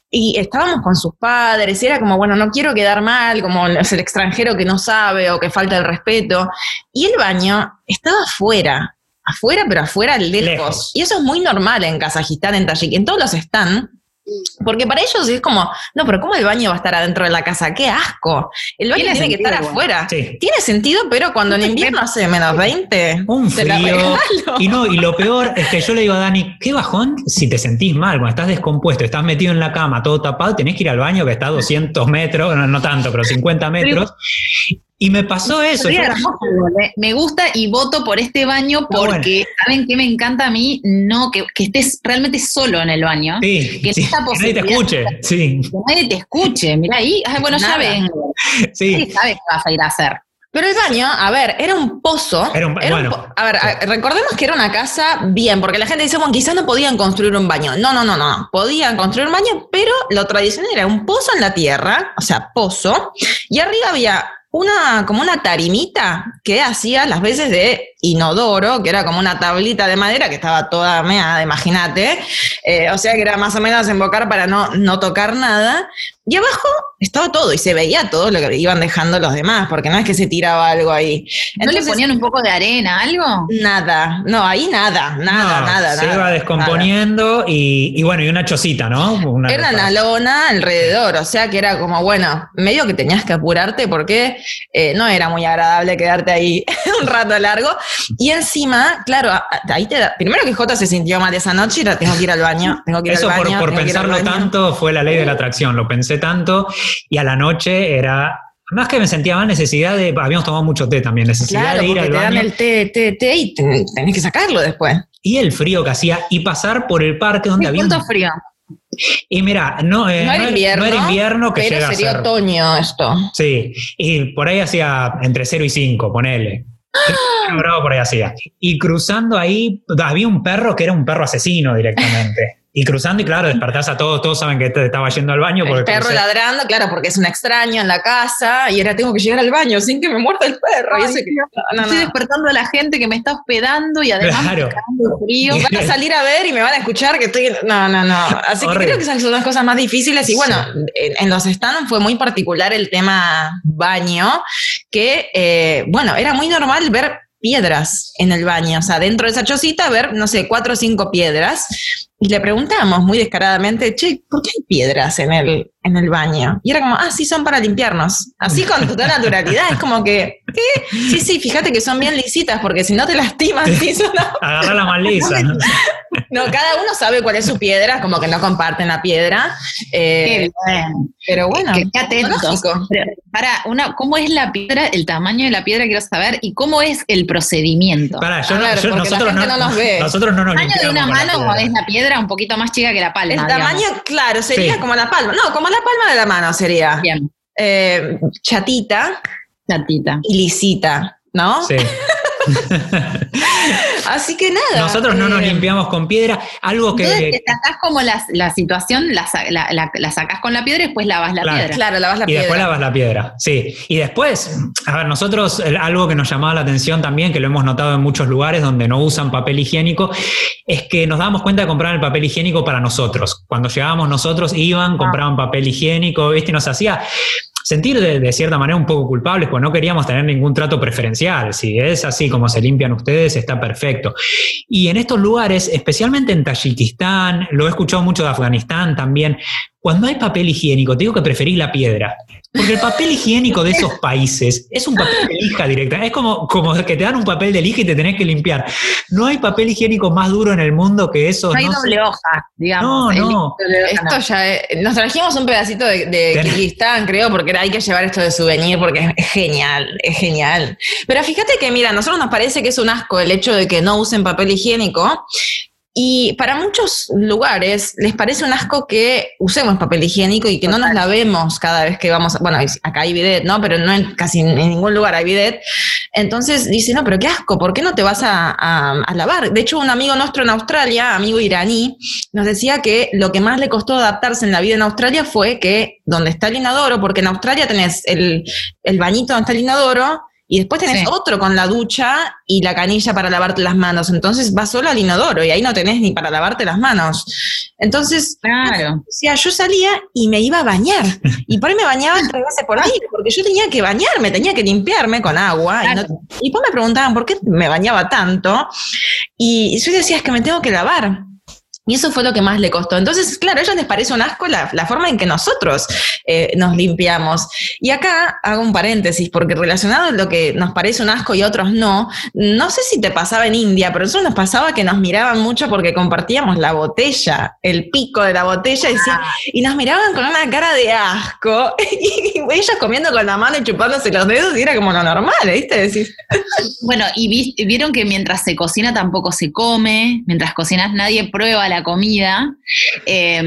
y estábamos con sus padres, y era como, bueno, no quiero quedar mal, como es el extranjero que no sabe o que falta el respeto. Y el baño estaba afuera, afuera, pero afuera lejos. lejos. Y eso es muy normal en Kazajistán, en Tayik, en todos los están. Porque para ellos es como, no, pero ¿cómo el baño va a estar adentro de la casa? ¡Qué asco! El baño tiene, tiene que estar afuera. Sí. Tiene sentido, pero cuando en invierno hace menos veinte, un frío. Y no, y lo peor es que yo le digo a Dani, qué bajón si te sentís mal, cuando estás descompuesto, estás metido en la cama, todo tapado, tenés que ir al baño que está a doscientos metros, no, no tanto, pero cincuenta metros. Y me pasó eso. Yo... Me gusta y voto por este baño porque, bueno, ¿saben qué me encanta a mí? No, que, que estés realmente solo en el baño. Sí, que, sí, que nadie te escuche. Sí. Que nadie te escuche. Mirá ahí, ay, bueno, Nada. ya vengo. Sí. Nadie sabe qué vas a ir a hacer. Pero el baño, a ver, era un pozo. Era un, era bueno, un po- a ver, a, recordemos que era una casa bien, porque la gente dice, bueno, quizás no podían construir un baño. No, no, no, no. Podían construir un baño, pero lo tradicional era un pozo en la tierra, o sea, pozo, y arriba había una, como una tarimita que hacía las veces de inodoro, que era como una tablita de madera que estaba toda meada, imagínate. Eh, o sea que era más o menos embocar para no, no tocar nada. Y abajo estaba todo y se veía todo lo que iban dejando los demás, porque no es que se tiraba algo ahí. Entonces, ¿no le ponían un poco de arena, algo? Nada, no, ahí nada, nada, no, nada. Se nada, iba descomponiendo y, y bueno, y una chocita, ¿no? Una era una lona alrededor, o sea que era como, bueno, medio que tenías que apurarte porque eh, no era muy agradable quedarte ahí un rato largo. Y encima, claro, ahí te da, primero que Jota se sintió mal esa noche y era, tengo que ir al baño, tengo que ir Eso al baño. Eso por, por pensarlo tanto fue la ley de la atracción, lo pensé tanto y a la noche era... Más que me sentía más necesidad de... Habíamos tomado mucho té también, necesidad claro, de ir al baño. Claro, porque te dan el té, té, té y tenés que sacarlo después. Y el frío que hacía y pasar por el parque donde había... ¿Cuánto un... frío? Y mira, no, eh, no, era no, invierno, no era invierno que pero llega sería a ser. Otoño esto. Sí, y por ahí hacía entre cero y cinco, ponele. Bravo por ahí hacía. Y cruzando ahí, había un perro que era un perro asesino directamente. Y cruzando, y claro, despertás a todos, todos saben que te estaba yendo al baño. Porque el perro crucé. ladrando, claro, porque es un extraño en la casa, y ahora tengo que llegar al baño sin que me muerda el perro. Ay, y ese que, no, no, estoy no. despertando a la gente que me está hospedando y además claro. me cagando de frío. Van a salir a ver y me van a escuchar que estoy... No, no, no. Así Horrible. que creo que esas son las cosas más difíciles. Y bueno, sí. en, en los stands fue muy particular el tema baño, que, eh, bueno, era muy normal ver piedras en el baño. O sea, dentro de esa chocita ver, no sé, cuatro o cinco piedras. Y le preguntamos muy descaradamente, che, ¿por qué hay piedras en el, en el baño? Y era como, ah, sí, son para limpiarnos. Así con total naturalidad. Es como que, ¿qué? Sí, sí, fíjate que son bien lisitas, porque si no te lastimas. Sí, son... Agarra la más lisa. ¿no? No, cada uno sabe cuál es su piedra, como que no comparten la piedra. Eh, Qué bien. Pero bueno, qué, qué atentos. Pero, para, una, ¿cómo es la piedra, el tamaño de la piedra quiero saber, y cómo es el procedimiento? Para, yo, ver, yo nosotros no, no nos ve. Nosotros no nos ¿El tamaño de una mano es la piedra un poquito más chica que la palma? El digamos. tamaño, claro, sería sí. como la palma. No, como la palma de la mano sería. Bien. Eh, chatita. Chatita. Y lisita, ¿no? Sí. Así que nada. Nosotros no eh, nos limpiamos con piedra, algo que... Entonces te sacás como la, la situación, la, la, la, la sacás con la piedra y después lavas la Claro. piedra. Claro, lavas la Y piedra. después lavas la piedra, sí. Y después, a ver, nosotros, el- algo que nos llamaba la atención también, que lo hemos notado en muchos lugares donde no usan papel higiénico, es que nos dábamos cuenta de comprar el papel higiénico para nosotros. Cuando llegábamos nosotros, iban, compraban papel higiénico, ¿viste? Y nos hacía sentir de, de cierta manera un poco culpables, porque no queríamos tener ningún trato preferencial. Si es así como se limpian ustedes, está perfecto. Y en estos lugares, especialmente en Tayikistán, lo he escuchado mucho de Afganistán también, cuando hay papel higiénico, te digo que preferís la piedra. Porque el papel higiénico de esos países es un papel de lija directa. Es como, como que te dan un papel de lija y te tenés que limpiar. No hay papel higiénico más duro en el mundo que esos. No hay no doble sé. hoja, digamos. No, El no. doble hoja, Esto no. ya es- nos trajimos un pedacito de, de Ten- Kirguistán, creo, porque era- hay que llevar esto de souvenir porque es genial, es genial. Pero fíjate que, mira, a nosotros nos parece que es un asco el hecho de que no usen papel higiénico. Y para muchos lugares les parece un asco que usemos papel higiénico y que no nos lavemos cada vez que vamos, a, bueno, acá hay bidet, ¿no? Pero no en casi en ningún lugar hay bidet. Entonces dice, no, pero qué asco, ¿por qué no te vas a, a, a lavar? De hecho, un amigo nuestro en Australia, amigo iraní, nos decía que lo que más le costó adaptarse en la vida en Australia fue que donde está el inodoro, porque en Australia tenés el, el bañito donde está el inodoro, y después tenés Sí. otro con la ducha y la canilla para lavarte las manos. Entonces vas solo al inodoro y ahí no tenés ni para lavarte las manos. Entonces, Claro. o sea, yo salía y me iba a bañar. Y por ahí me bañaba tres veces por día, porque yo tenía que bañarme, tenía que limpiarme con agua. Y, no- y después me preguntaban por qué me bañaba tanto. Y yo decía, es que me tengo que lavar. Y eso fue lo que más le costó. Entonces, claro, a ellos les parece un asco la, la forma en que nosotros eh, nos limpiamos. Y acá hago un paréntesis, porque relacionado a lo que nos parece un asco y a otros no, no sé si te pasaba en India, pero eso nos pasaba que nos miraban mucho porque compartíamos la botella, el pico de la botella, y, decían- y nos miraban con una cara de asco. Y ellos comiendo con la mano y chupándose los dedos, y era como lo normal, ¿viste? Decís, Bueno, y vi- vieron que mientras se cocina tampoco se come, mientras cocinas nadie prueba la comida. Eh,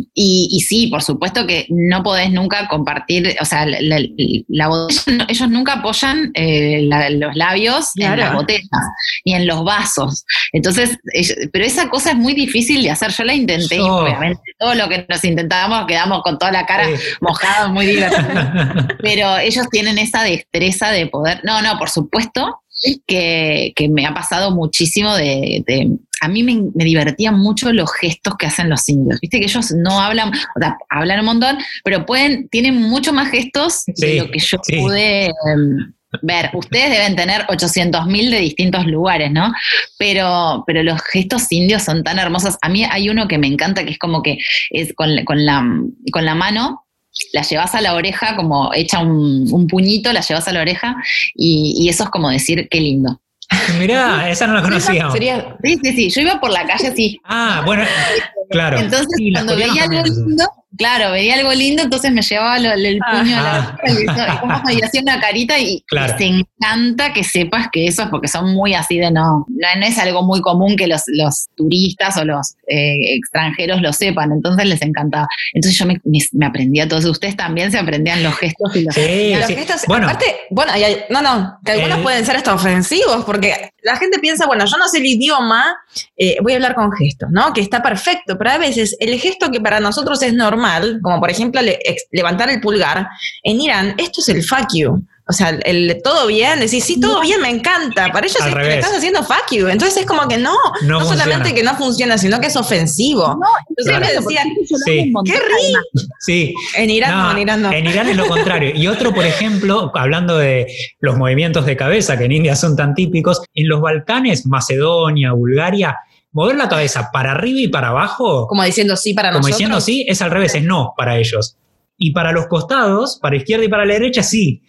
y, y sí, por supuesto que no podés nunca compartir, o sea, la, la- la botella, no- ellos nunca apoyan eh, la- los labios Claro. en las botellas, ni en los vasos. Entonces, ellos- pero esa cosa es muy difícil de hacer. Yo la intenté y Yo- obviamente todo lo que nos intentábamos quedamos con toda la cara Sí. mojada, muy divertido. Pero ellos tienen esa destreza de poder. No, no, por supuesto que, que me ha pasado muchísimo de. de- a mí me, me divertían mucho los gestos que hacen los indios. Viste que ellos no hablan, o sea, hablan un montón, pero pueden, tienen mucho más gestos Sí, de lo que yo sí. pude em, ver. Ustedes deben tener ochocientos mil de distintos lugares, ¿no? Pero, pero los gestos indios son tan hermosos. A mí hay uno que me encanta, que es como que es con, la- con, la, con la mano. La llevas a la oreja, como hecha un, un puñito, la llevas a la oreja, y, y eso es como decir, qué lindo. Mirá, esa no la conocíamos. sería, Sí, sí, sí. Yo iba por la calle así. Ah, bueno, claro. Entonces, Sí, las cuando coreanas veía algo también. lindo, claro, veía algo lindo, entonces me llevaba lo- el puño a la Ah. oreja y, eso, y como y hacía una carita y, Claro. y se encanta que sepas que eso es porque son muy así de no. No, no es algo muy común que los, los turistas o los eh, extranjeros lo sepan, entonces les encantaba. Entonces yo me, me, me aprendía todo eso. Ustedes también se aprendían los gestos y los Sí, los sí. gestos, Bueno. aparte, bueno, y hay- no, no, que algunos El- pueden ser hasta ofensivos, porque la gente piensa, bueno, yo no sé el idioma, eh, voy a hablar con gestos, ¿no? Que está perfecto, pero a veces el gesto que para nosotros es normal, como por ejemplo le- ex- levantar el pulgar, en Irán, esto es el fuck you. O sea, el todo bien, decís, sí, todo bien, me encanta. Para ellos Al es que revés. le estás haciendo fuck you. Entonces es como que no, No no, solamente funciona. que no funciona, sino que es ofensivo. Entonces Claro. me decían, Sí. qué rico. Sí. En Irán no, en Irán no. En Irán es lo contrario. Y otro, por ejemplo, hablando de los movimientos de cabeza, que en India son tan típicos, en los Balcanes, Macedonia, Bulgaria, mover la cabeza para arriba y para abajo, Como diciendo sí para como nosotros. diciendo sí, es al revés, es no para ellos. Y para los costados, para izquierda y para la derecha, sí.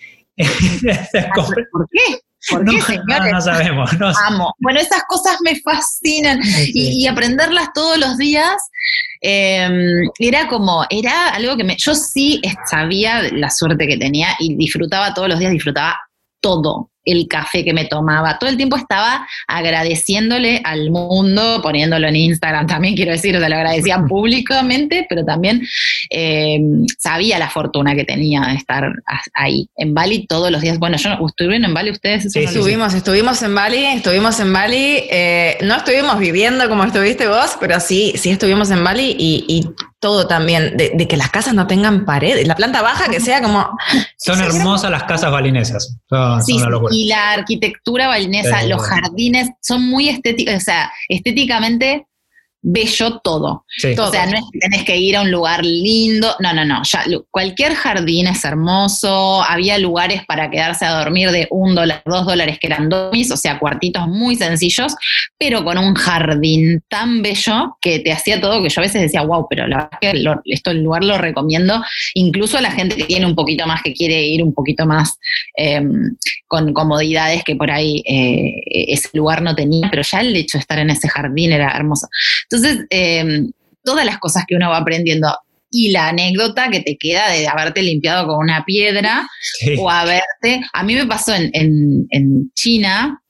¿Por qué? ¿Por no, qué, no, señores? no sabemos. No, Amo. Bueno, esas cosas me fascinan. Sí. Y, y aprenderlas todos los días eh, era como, era algo que me, yo sí sabía la suerte que tenía y disfrutaba todos los días, disfrutaba todo. El café que me tomaba, todo el tiempo estaba agradeciéndole al mundo, poniéndolo en Instagram también, quiero decir, o sea, lo agradecía públicamente, pero también eh, sabía la fortuna que tenía de estar ahí, en Bali todos los días. Bueno, yo ¿estuvieron en Bali ustedes? Sí, no estuvimos, sí. estuvimos en Bali, estuvimos en Bali, eh, no estuvimos viviendo como estuviste vos, pero sí, sí estuvimos en Bali y, y todo también, de, de que las casas no tengan paredes, la planta baja que sea como... Son hermosas las casas balinesas, son, sí, son una locura. Y la arquitectura balinesa, sí, los jardines son muy estéticos, o sea, estéticamente bello todo. Sí. O sea, no es que tenés que ir a un lugar lindo, no, no, no, ya, cualquier jardín es hermoso, había lugares para quedarse a dormir de un dólar, dos dólares que eran domis, o sea, cuartitos muy sencillos, pero con un jardín tan bello que te hacía todo que yo a veces decía, wow, pero la verdad es que lo, esto el lugar lo recomiendo, incluso a la gente que tiene un poquito más, que quiere ir un poquito más eh, con comodidades que por ahí eh, ese lugar no tenía, pero ya el hecho de estar en ese jardín era hermoso. Entonces, eh, todas las cosas que uno va aprendiendo y la anécdota que te queda de haberte limpiado con una piedra, sí, o haberte... A mí me pasó en, en, en China,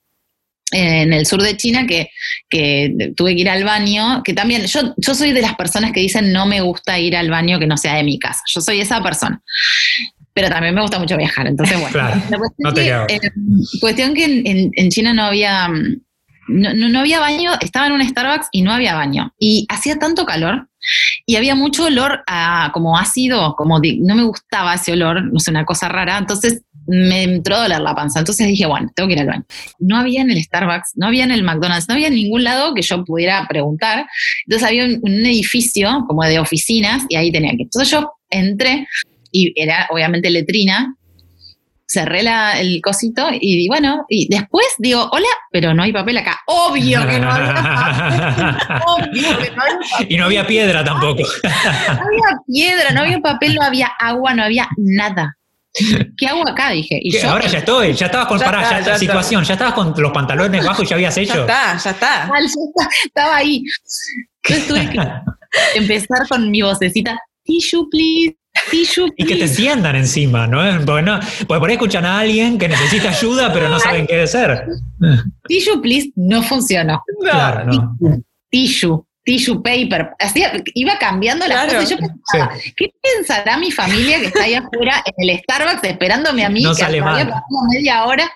en el sur de China, que, que tuve que ir al baño, que también, yo, yo soy de las personas que dicen no me gusta ir al baño que no sea de mi casa. Yo soy esa persona. Pero también me gusta mucho viajar, entonces bueno. Claro, la cuestión, no te que, eh, cuestión que en, en, en China no había... No, no, no había baño, estaba en un Starbucks y no había baño. Y hacía tanto calor y había mucho olor a como ácido, como de, no me gustaba ese olor, no sé, una cosa rara. Entonces me entró a doler la panza. Entonces dije, bueno, tengo que ir al baño. No había en el Starbucks, no había en el McDonald's, no había en ningún lado que yo pudiera preguntar. Entonces había un, un edificio como de oficinas y ahí tenía que ir. Entonces yo entré y era obviamente letrina. Cerré la, el cosito y bueno, y después digo, hola, pero no hay papel acá. Obvio que no había papel. Obvio que no había papel. Y no había piedra tampoco. No había piedra, no había papel, no había agua, no había nada. ¿Qué hago acá? Dije. Y yo, ahora ya estoy, ya estabas con, ya pará, está, ya, ya ya situación, ya estabas con los pantalones bajos y ya habías hecho. Ya está, ya está. Mal, ya está, estaba ahí. Entonces tuve que empezar con mi vocecita, tissue please. Tissue, y que te entiendan encima, ¿no? Porque, no, porque por ahí escuchan a alguien que necesita ayuda, pero no saben qué hacer. Tissue, please, no funcionó. No. Claro, no. Tissue, tissue paper. Así, iba cambiando las claro. cosas. Yo pensaba, sí, ¿qué pensará mi familia que está ahí afuera en el Starbucks esperándome a mí? No que sale mal. había pasado media hora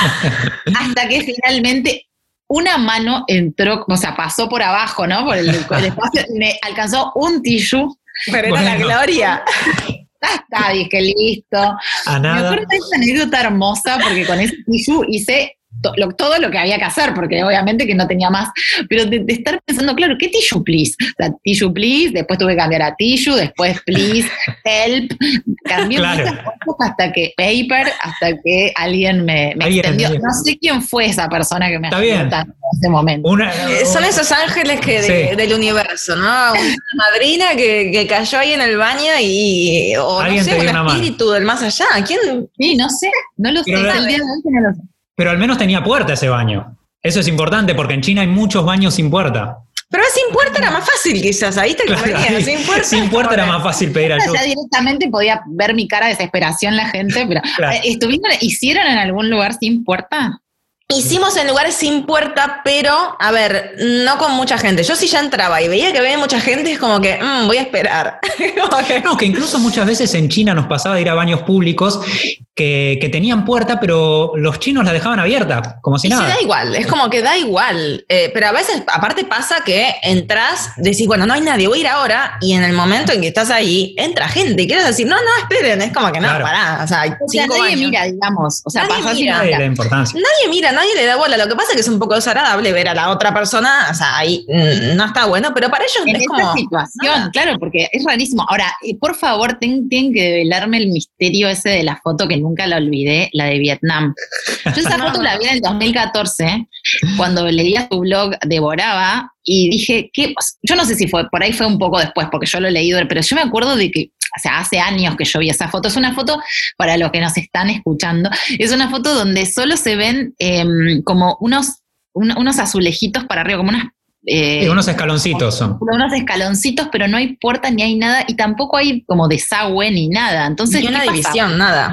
hasta que finalmente una mano entró, o sea, pasó por abajo, ¿no? Por el, el espacio, me alcanzó un tissue. Pero bueno, era la gloria. Ya está, dije, listo. A nada. Me acuerdo de esa anécdota hermosa porque con ese tissue hice to, lo, todo lo que había que hacer, porque obviamente que no tenía más. Pero de, de estar pensando, claro, ¿qué tissue please? O sea, tissue please, después tuve que cambiar a tissue, después please, help. Cambié claro. muchas cosas hasta que paper, hasta que alguien me, me ¿Alguien extendió. entendió? No sé quién fue esa persona que me ayudó tanto en ese momento. Una, eh, son esos ángeles que de, sí. del universo, ¿no? Una madrina que, que cayó ahí en el baño y o no sé, un espíritu del más allá. ¿Quién? Sí, no sé, no lo Pero sé. La, el día de hoy no lo sé. Pero al menos tenía puerta ese baño. Eso es importante porque en China hay muchos baños sin puerta. Pero sin puerta era más fácil quizás, ahí te claro, convenía, ahí, sin puerta. Sin puerta era más fácil pedir ayuda. Ya directamente podía ver mi cara de desesperación la gente, pero claro. ¿estuvieron, ¿hicieron en algún lugar sin puerta? Hicimos en lugares sin puerta, pero, a ver, no con mucha gente. Yo sí ya entraba y veía que había mucha gente, es como que, mmm, voy a esperar. Okay. No, que incluso muchas veces en China nos pasaba de ir a baños públicos que, que tenían puerta, pero los chinos la dejaban abierta, como si y nada. Sí, da igual, es como que da igual. Eh, pero a veces, aparte pasa que entras, decís, bueno, no hay nadie, voy a ir ahora, y en el momento en que estás ahí, entra gente, y quieres decir, no, no, esperen, es como que no, claro. pará. O sea, hay o sea cinco nadie años. mira, digamos. O sea, nadie pasa mira. Nadie, la importancia. nadie mira, nadie le da bola. Lo que pasa es que es un poco desagradable ver a la otra persona, o sea, ahí mm, no está bueno, pero para ellos en es esta como... situación, nada. claro, porque es rarísimo. Ahora, eh, por favor, ten, tienen que develarme el misterio ese de la foto que nunca la olvidé, la de Vietnam. Yo esa foto la vi en el dos mil catorce, cuando leía su blog, devoraba, y dije, ¿qué? Yo no sé si fue, por ahí fue un poco después, porque yo lo he leído, pero yo me acuerdo de que, o sea, hace años que yo vi esa foto. Es una foto, para los que nos están escuchando, es una foto donde solo se ven eh, como unos, un, unos azulejitos para arriba, como unas... Eh, sí, unos escaloncitos son. Unos escaloncitos, pero no hay puerta ni hay nada, y tampoco hay como desagüe ni nada. Entonces, ni una división, nada.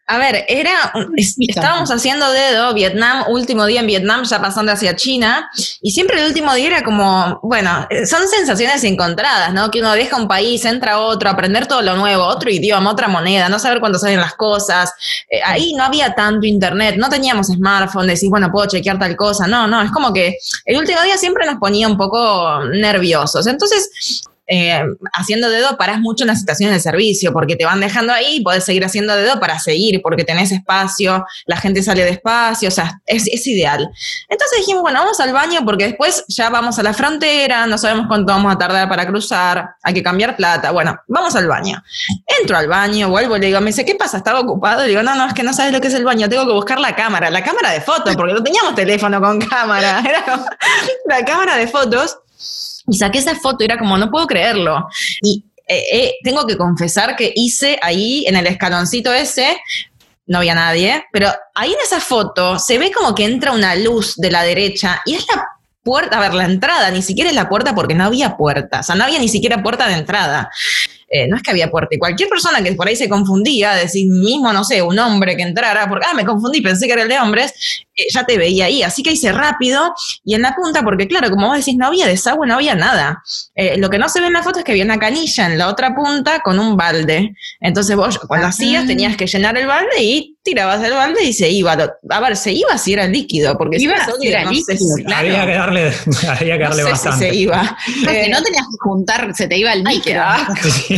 A ver, era, estábamos haciendo dedo, Vietnam, último día en Vietnam, ya pasando hacia China, y siempre el último día era como, bueno, son sensaciones encontradas, ¿no? Que uno deja un país, entra a otro, aprender todo lo nuevo, otro idioma, otra moneda, no saber cuándo salen las cosas. Eh, ahí no había tanto internet, no teníamos smartphone, decís, bueno, puedo chequear tal cosa. No, no, es como que el último día siempre nos ponía un poco nerviosos. Entonces, Eh, haciendo dedo parás mucho en las estaciones de servicio porque te van dejando ahí y podés seguir haciendo dedo para seguir porque tenés espacio, la gente sale despacio, o sea, es, es ideal. Entonces dijimos, bueno, vamos al baño porque después ya vamos a la frontera, no sabemos cuánto vamos a tardar para cruzar, hay que cambiar plata, bueno, vamos al baño. Entro al baño, vuelvo y le digo, me dice, ¿qué pasa? ¿Estaba ocupado? Le digo, no, no, es que no sabes lo que es el baño, tengo que buscar la cámara, la cámara de fotos, porque no teníamos teléfono con cámara, era como la cámara de fotos. Y saqué esa foto y era como, no puedo creerlo. Y eh, eh, tengo que confesar que hice ahí, en el escaloncito ese, no había nadie, pero ahí en esa foto se ve como que entra una luz de la derecha y es la puerta, a ver, la entrada, ni siquiera es la puerta porque no había puerta, o sea, no había ni siquiera puerta de entrada. Eh, no es que había puerta, y cualquier persona que por ahí se confundía, decir mismo, no sé, un hombre que entrara, porque, ah, me confundí, pensé que era el de hombres, eh, ya te veía ahí, así que hice rápido, y en la punta, porque claro, como vos decís, no había desagüe, no había nada. Eh, lo que no se ve en la foto es que había una canilla en la otra punta con un balde, entonces vos cuando hacías tenías que llenar el balde y tirabas el balde y se iba, a ver, se iba si era líquido, porque iba si, si era no líquido, sé si, claro. Había que darle, había que darle no sé bastante. Si se iba. Eh, no tenías que juntar, se te iba el líquido. Sí.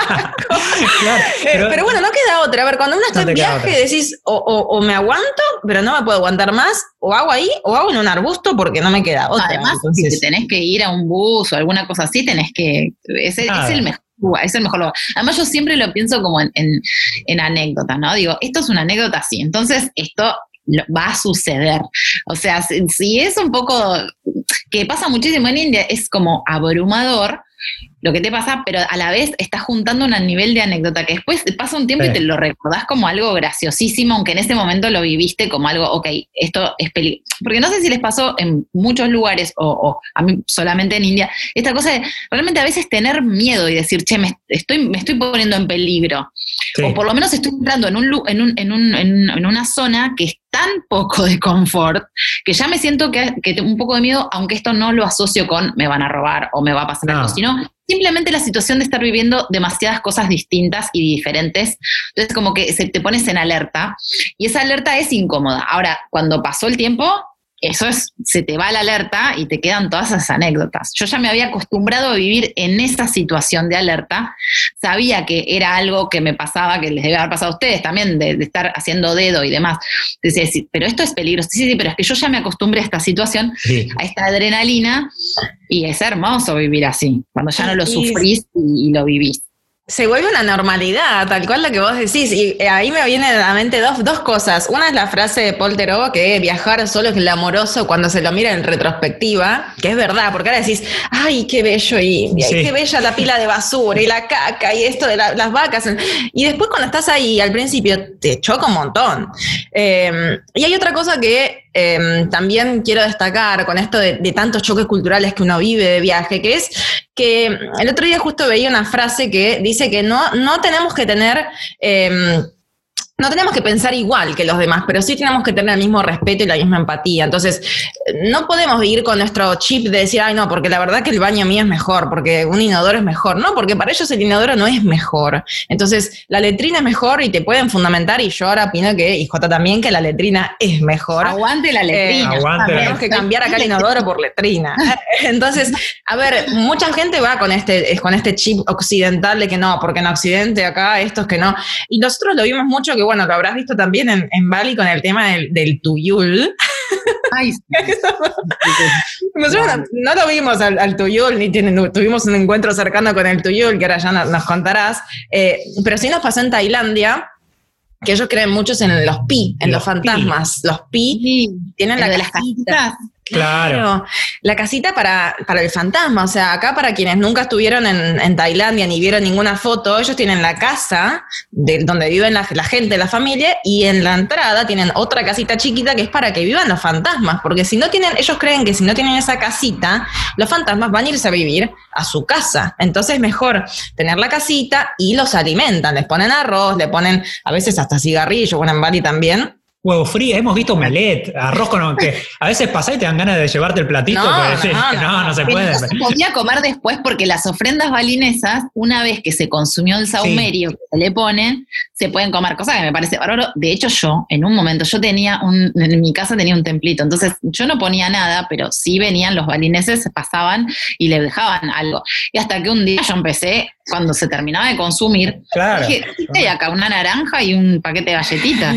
Claro, pero, eh, pero bueno, no queda otra. A ver, cuando uno está no en viaje decís, o, o, o me aguanto, pero no me puedo aguantar más, o hago ahí, o hago en un arbusto porque no me queda otra. Además, entonces, si te tenés que ir a un bus o alguna cosa así, tenés que... Es el, es el mejor. Es el mejor lugar. Además, yo siempre lo pienso como en, en, en anécdotas, ¿no? Digo, esto es una anécdota así, entonces esto va a suceder. O sea, si, si es un poco, que pasa muchísimo en India, es como abrumador lo que te pasa, pero a la vez estás juntando un nivel de anécdota que después pasa un tiempo sí. y te lo recordás como algo graciosísimo, aunque en ese momento lo viviste como algo, ok, esto es peligroso. Porque no sé si les pasó en muchos lugares, o, o a mí solamente en India, esta cosa de realmente a veces tener miedo y decir, che, me estoy, me estoy poniendo en peligro. Sí. O por lo menos estoy entrando en, un, en, un, en, un, en una zona que es tan poco de confort que ya me siento que, que tengo un poco de miedo, aunque esto no lo asocio con me van a robar o me va a pasar no. algo, sino simplemente la situación de estar viviendo demasiadas cosas distintas y diferentes. Entonces como que se, te pones en alerta y esa alerta es incómoda. Ahora, cuando pasó el tiempo, eso es, se te va la alerta y te quedan todas esas anécdotas. Yo ya me había acostumbrado a vivir en esa situación de alerta, sabía que era algo que me pasaba, que les debe haber pasado a ustedes también, de, de estar haciendo dedo y demás. Decía, sí, pero esto es peligroso, sí, sí, pero es que yo ya me acostumbré a esta situación, sí. a esta adrenalina, y es hermoso vivir así, cuando ya no lo sufrís y, y lo vivís. Se vuelve una normalidad, tal cual lo que vos decís, y ahí me vienen a la mente dos, dos cosas. Una es la frase de Paul Theroux, que viajar solo es glamoroso cuando se lo mira en retrospectiva, que es verdad, porque ahora decís, ay, qué bello, y, y sí. qué bella la pila de basura, y la caca, y esto de la, las vacas, y después cuando estás ahí, al principio, te choca un montón. Eh, y hay otra cosa que eh, también quiero destacar con esto de, de tantos choques culturales que uno vive de viaje, que es que el otro día justo veía una frase que dice que no, no tenemos que tener... Eh, no tenemos que pensar igual que los demás, pero sí tenemos que tener el mismo respeto y la misma empatía. Entonces, no podemos ir con nuestro chip de decir, ay, no, porque la verdad que el baño mío es mejor, porque un inodoro es mejor. No, porque para ellos el inodoro no es mejor. Entonces, la letrina es mejor y te pueden fundamentar, y yo ahora opino que, y Jota también, que la letrina es mejor. Aguante la letrina. Eh, Aguante. Tenemos que cambiar acá el inodoro por letrina. Entonces, a ver, mucha gente va con este, con este chip occidental de que no, porque en Occidente acá estos que no. Y nosotros lo vimos mucho, que bueno, lo habrás visto también en, en Bali con el tema del, del tuyul. Ay, sí. Nosotros no, no lo vimos al, al tuyul, ni tienen, tuvimos un encuentro cercano con el tuyul, que ahora ya no, nos contarás, eh, pero sí nos pasó en Tailandia, que ellos creen muchos en los pi, en los, los fantasmas. Pi. Los pi sí. tienen la de las cajitas. Claro. La casita para, para el fantasma. O sea, acá para quienes nunca estuvieron en, en Tailandia ni vieron ninguna foto, ellos tienen la casa de donde viven la, la gente, la familia, y en la entrada tienen otra casita chiquita que es para que vivan los fantasmas. Porque si no tienen, ellos creen que si no tienen esa casita, los fantasmas van a irse a vivir a su casa. Entonces es mejor tener la casita y los alimentan. Les ponen arroz, le ponen a veces hasta cigarrillo, bueno, en Bali también. Huevo frío, hemos visto omelette, arroz con que a veces pasás y te dan ganas de llevarte el platito. No, pero no, no, no, no, no se Pero puede. no se podía comer después porque las ofrendas balinesas, una vez que se consumió el saumerio Sí. que se le pone, se pueden comer, cosa que me parece bárbaro. De hecho, yo, en un momento, yo tenía un, en mi casa tenía un templito, entonces yo no ponía nada, pero sí venían los balineses, pasaban y le dejaban algo. Y hasta que un día yo empecé, cuando se terminaba de consumir, Claro. dije, ¿qué hay acá? Una naranja y un paquete de galletitas.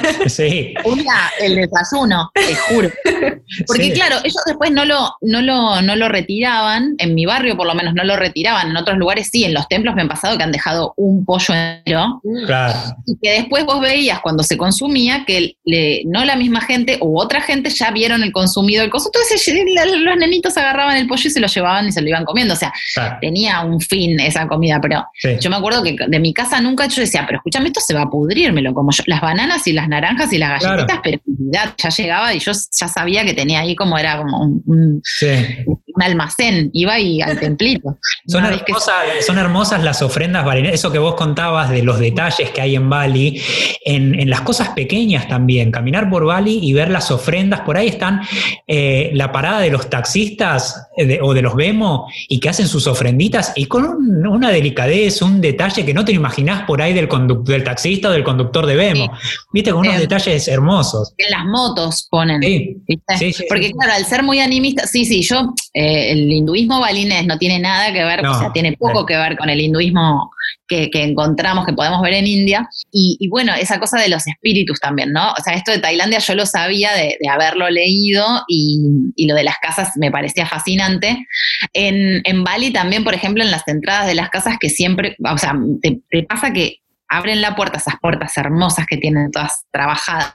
Sí. Una, el desayuno, te juro. Porque Sí. claro, ellos después no lo, no, lo, no lo retiraban, en mi barrio por lo menos no lo retiraban, en otros lugares sí, en los templos me han pasado que han dejado un pollo entero, Claro. y que después vos veías cuando se consumía que le, no la misma gente u otra gente ya vieron el consumido del coso, entonces los nenitos agarraban el pollo y se lo llevaban y se lo iban comiendo, o sea, Claro. tenía un fin esa comida, pero Sí. yo me acuerdo que de mi casa nunca yo decía, pero escúchame, esto se va a pudrir, me lo como yo, las bananas y las naranjas y las galletitas, Claro. pero ya llegaba y yo ya sabía que tenía ahí como era como un, un, Sí. un almacén, iba y al templito. Son Una vez que- hermosas, son hermosas las ofrendas balinesas, eso que vos contabas de los detalles que hay en Bali, en, en las cosas pequeñas también, caminar por Bali y ver las ofrendas, por ahí están eh, la parada de los taxistas eh, de- o de los Vemo y que hacen sus ofrenditas y con un- una delicadeza, un detalle que no te imaginás por ahí del, conduc- del taxista o del conductor de Vemo, viste, con unos Eh, detalles hermosos. En las motos ponen. Sí, ¿viste? sí, sí, Porque sí. claro, al ser muy animista, sí, sí, yo, eh, el hinduismo balinés no tiene nada que ver, No, o sea, tiene poco claro. que ver con el hinduismo que, que encontramos, que podemos ver en India, y, y bueno, esa cosa de los espíritus también, ¿no? O sea, esto de Tailandia yo lo sabía de, de haberlo leído y, y lo de las casas me parecía fascinante. En, en Bali también, por ejemplo, en las entradas de las casas que siempre, o sea, te, te pasa que abren la puerta, esas puertas hermosas que tienen todas trabajadas,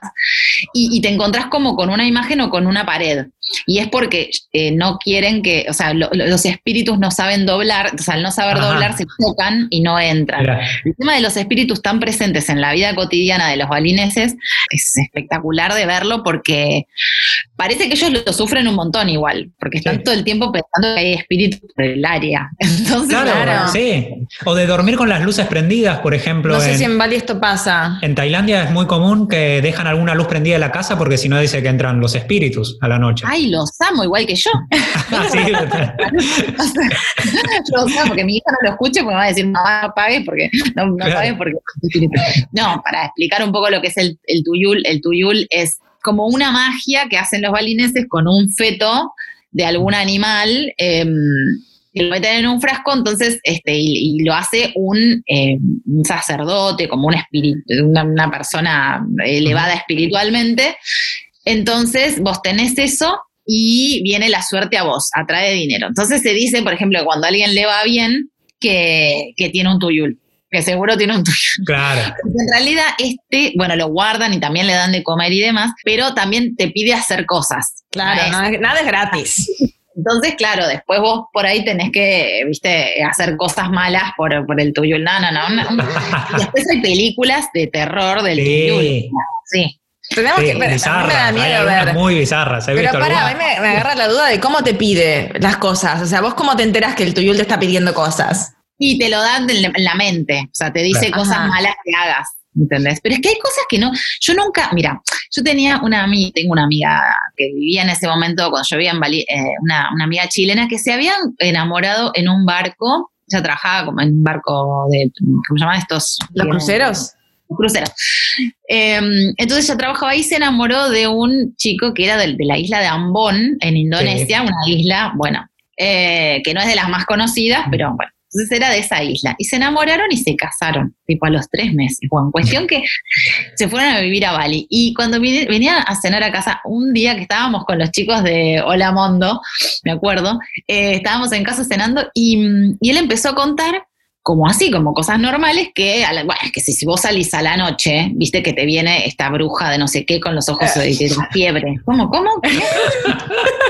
y, y te encontrás como con una imagen o con una pared. Y es porque eh, no quieren que, o sea, lo, lo, los espíritus no saben doblar, o sea, al no saber Ajá. doblar se tocan y no entran. Mirá. El tema de los espíritus tan presentes en la vida cotidiana de los balineses es espectacular de verlo porque parece que ellos lo sufren un montón igual, porque están Sí. todo el tiempo pensando que hay espíritus por el área. Entonces, Claro, Claro. sí. O de dormir con las luces prendidas, por ejemplo. No sé en, si en Bali esto pasa. en Tailandia es muy común que dejan alguna luz prendida en la casa porque si no dice que entran los espíritus a la noche. ay, los amo igual que yo. Ah, sí. Los amo, porque mi hija no lo escuche porque me va a decir, no, no apagues porque no, no Claro. apagues porque no, para explicar un poco lo que es el, el tuyul, el tuyul es como una magia que hacen los balineses con un feto de algún animal, eh, que lo meten en un frasco, entonces, este, y, y lo hace un, eh, un sacerdote, como un espíritu, una, una persona elevada espiritualmente. Entonces, vos tenés eso y viene la suerte a vos, atrae dinero. Entonces se dice, por ejemplo, que cuando a alguien le va bien, que, que tiene un tuyul, que seguro tiene un tuyul. Claro. Porque en realidad este, bueno, lo guardan y también le dan de comer y demás, pero también te pide hacer cosas. Claro, ¿no? no es- nada es gratis. Entonces, claro, después vos por ahí tenés que, viste, hacer cosas malas por, por el tuyul. No, no, no. no. Y después hay películas de terror del Sí. tuyul. Sí. Tenemos Sí, que ver, a mí me da bizarras, hay miedo algunas ver. muy bizarras. He Pero visto para, a mí algunas. me, me agarra la duda de cómo te pide las cosas. O sea, vos cómo te enterás que el tuyul te está pidiendo cosas. Y te lo dan en la mente, o sea, te dice Claro. cosas Ajá. malas que hagas, ¿entendés? Pero es que hay cosas que no, yo nunca, mira, yo tenía una amiga, tengo una amiga que vivía en ese momento cuando yo vivía en Bali, eh, una, una amiga chilena que se había enamorado en un barco, ella trabajaba como en un barco de, ¿cómo se llaman estos? ¿Los cruceros? Cruceros. Eh, entonces ella trabajaba ahí y se enamoró de un chico que era de, de la isla de Ambon, en Indonesia, Sí. una isla, bueno, eh, que no es de las más conocidas, pero bueno. Entonces era de esa isla. Y se enamoraron y se casaron, tipo a los tres meses. Bueno, cuestión que se fueron a vivir a Bali. Y cuando vine- venía a cenar a casa, un día que estábamos con los chicos de Hola Mondo, me acuerdo, eh, estábamos en casa cenando y, y él empezó a contar como así, como cosas normales, que, a la- bueno, es que si, si vos salís a la noche, viste que te viene esta bruja de no sé qué con los ojos de, de la fiebre. ¿Cómo, cómo? ¿Qué?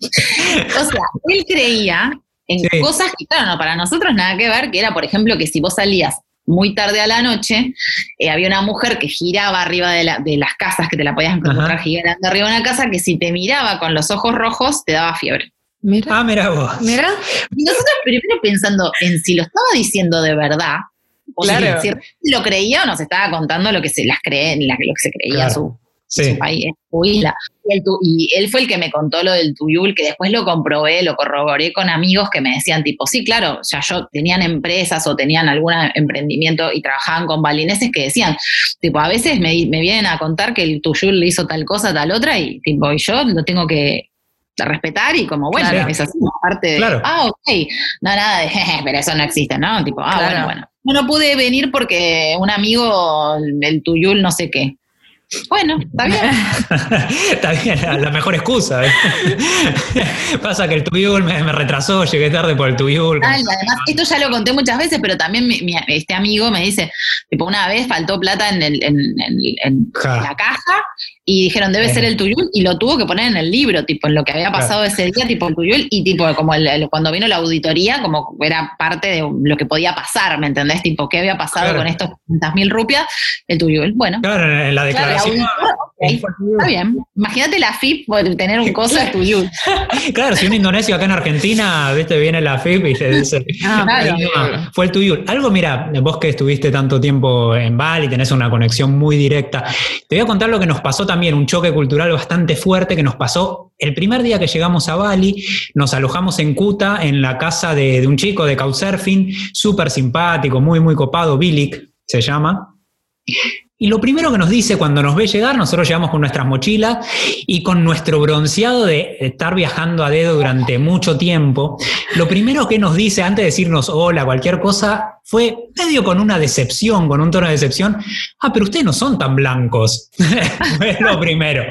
O sea, él creía en sí. cosas que, claro, no, para nosotros nada que ver, que era, por ejemplo, que si vos salías muy tarde a la noche, eh, había una mujer que giraba arriba de, la, de las casas, que te la podías encontrar Ajá. girando arriba de una casa, que si te miraba con los ojos rojos, te daba fiebre. Mira. Ah, mira vos. Mira. Y nosotros primero pensando en si lo estaba diciendo de verdad, o claro. si, si lo creía o nos estaba contando lo que se las cree, lo que se creía claro. su, sí. su país, su isla. Y, el, y él fue el que me contó lo del Tuyul, que después lo comprobé, lo corroboré con amigos que me decían tipo, sí, claro, o sea, yo tenían empresas o tenían algún emprendimiento y trabajaban con balineses que decían, tipo, a veces me, me vienen a contar que el Tuyul le hizo tal cosa, tal otra, y tipo, y yo lo tengo que respetar y como, bueno, claro. es así, parte de, claro. ah, ok, no, nada de, jeje, pero eso no existe, ¿no? Tipo, ah, claro. bueno, bueno. Yo no pude venir porque un amigo, el Tuyul, no sé qué. Bueno, está bien. Está bien, la, la mejor excusa. ¿eh? Pasa que el Tuyul me, me retrasó, llegué tarde por el Tuyul. Ah, y además, esto ya lo conté muchas veces, pero también mi, mi, este amigo me dice, tipo, una vez faltó plata en, el, en, en, en la caja y dijeron, debe eh. ser el Tuyul, y lo tuvo que poner en el libro, tipo, en lo que había pasado claro. ese día, tipo, el Tuyul, y tipo, como el, el, cuando vino la auditoría, como era parte de lo que podía pasar, ¿me entendés? Tipo, ¿qué había pasado claro. con estos quinientas mil rupias? El Tuyul, bueno. Claro, en la declaración. Claro, okay, está bien. Imagínate la F I P por tener un coso de Tuyul. Claro, si un indonesio acá en Argentina, viste, viene la F I P y te dice, ah, claro. no, fue el Tuyul. Algo, mira, vos que estuviste tanto tiempo en Bali, tenés una conexión muy directa, te voy a contar lo que nos pasó también, un choque cultural bastante fuerte que nos pasó el primer día que llegamos a Bali. Nos alojamos en Kuta, en la casa de, de un chico de Couchsurfing, súper simpático, muy, muy copado, Bilik se llama. Y lo primero que nos dice cuando nos ve llegar, nosotros llegamos con nuestras mochilas y con nuestro bronceado de estar viajando a dedo durante mucho tiempo, lo primero que nos dice, antes de decirnos hola, cualquier cosa, fue medio con una decepción, con un tono de decepción, ah, pero ustedes no son tan blancos. Es lo primero.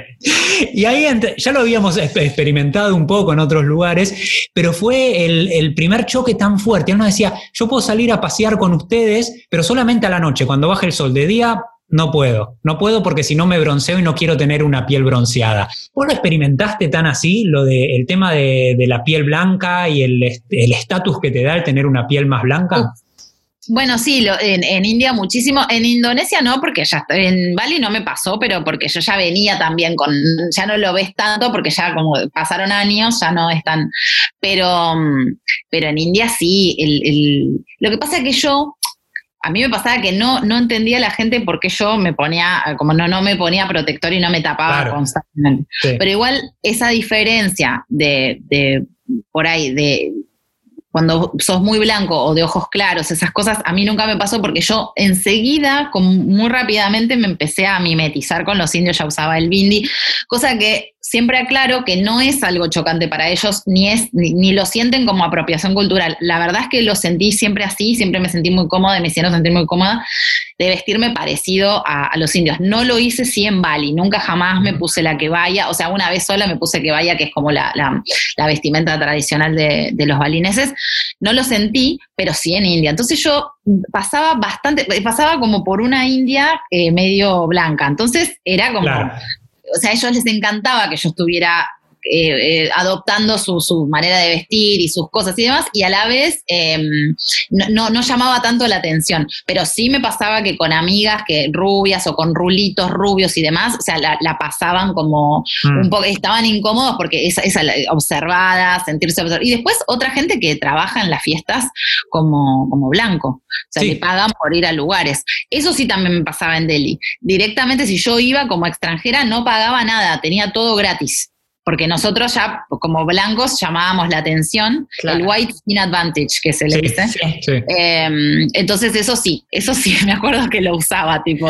Y ahí ya lo habíamos experimentado un poco en otros lugares, pero fue el, el primer choque tan fuerte. Él nos decía, yo puedo salir a pasear con ustedes, pero solamente a la noche, cuando baje el sol. De día no puedo, no puedo porque si no me bronceo y no quiero tener una piel bronceada. ¿Vos lo experimentaste tan así, lo de, el tema de, de la piel blanca y el estatus que te da el tener una piel más blanca? Bueno, sí, lo, en, en India muchísimo, en Indonesia no, porque ya en Bali no me pasó, pero porque yo ya venía también con, ya no lo ves tanto porque ya como pasaron años, ya no es tan, pero, pero en India sí, el, el, lo que pasa es que yo, a mí me pasaba que no, no entendía la gente por qué yo me ponía, como no, no me ponía protector y no me tapaba claro. constantemente. Sí. Pero igual esa diferencia de, de por ahí, de cuando sos muy blanco o de ojos claros, esas cosas, a mí nunca me pasó porque yo enseguida, como muy rápidamente, me empecé a mimetizar con los indios, ya usaba el bindi, cosa que siempre aclaro que no es algo chocante para ellos, ni es ni, ni lo sienten como apropiación cultural. La verdad es que lo sentí siempre así, siempre me sentí muy cómoda y me hicieron sentir muy cómoda de vestirme parecido a, a los indios. No lo hice sí en Bali, nunca jamás me puse la kebaya, o sea, una vez sola me puse kebaya, que es como la, la, la vestimenta tradicional de, de los balineses. No lo sentí, pero sí en India. Entonces yo pasaba bastante, pasaba como por una India eh, medio blanca, entonces era como... Claro. O sea, a ellos les encantaba que yo estuviera eh, eh, adoptando su, su manera de vestir y sus cosas y demás, y a la vez eh, no, no, no llamaba tanto la atención, pero sí me pasaba que con amigas que rubias o con rulitos rubios y demás, o sea, la, la pasaban como mm. un poco, estaban incómodos porque esa, esa observada, sentirse observada, y después otra gente que trabaja en las fiestas como, como blanco, o sea, sí. le pagan por ir a lugares. Eso sí también me pasaba en Delhi. Directamente, si yo iba como extranjera, no pagaba nada, tenía todo gratis. Porque nosotros ya, como blancos, llamábamos la atención, claro. el white skin advantage, que se le sí, dice. Sí, sí. Eh, entonces, eso sí, eso sí, me acuerdo que lo usaba, tipo.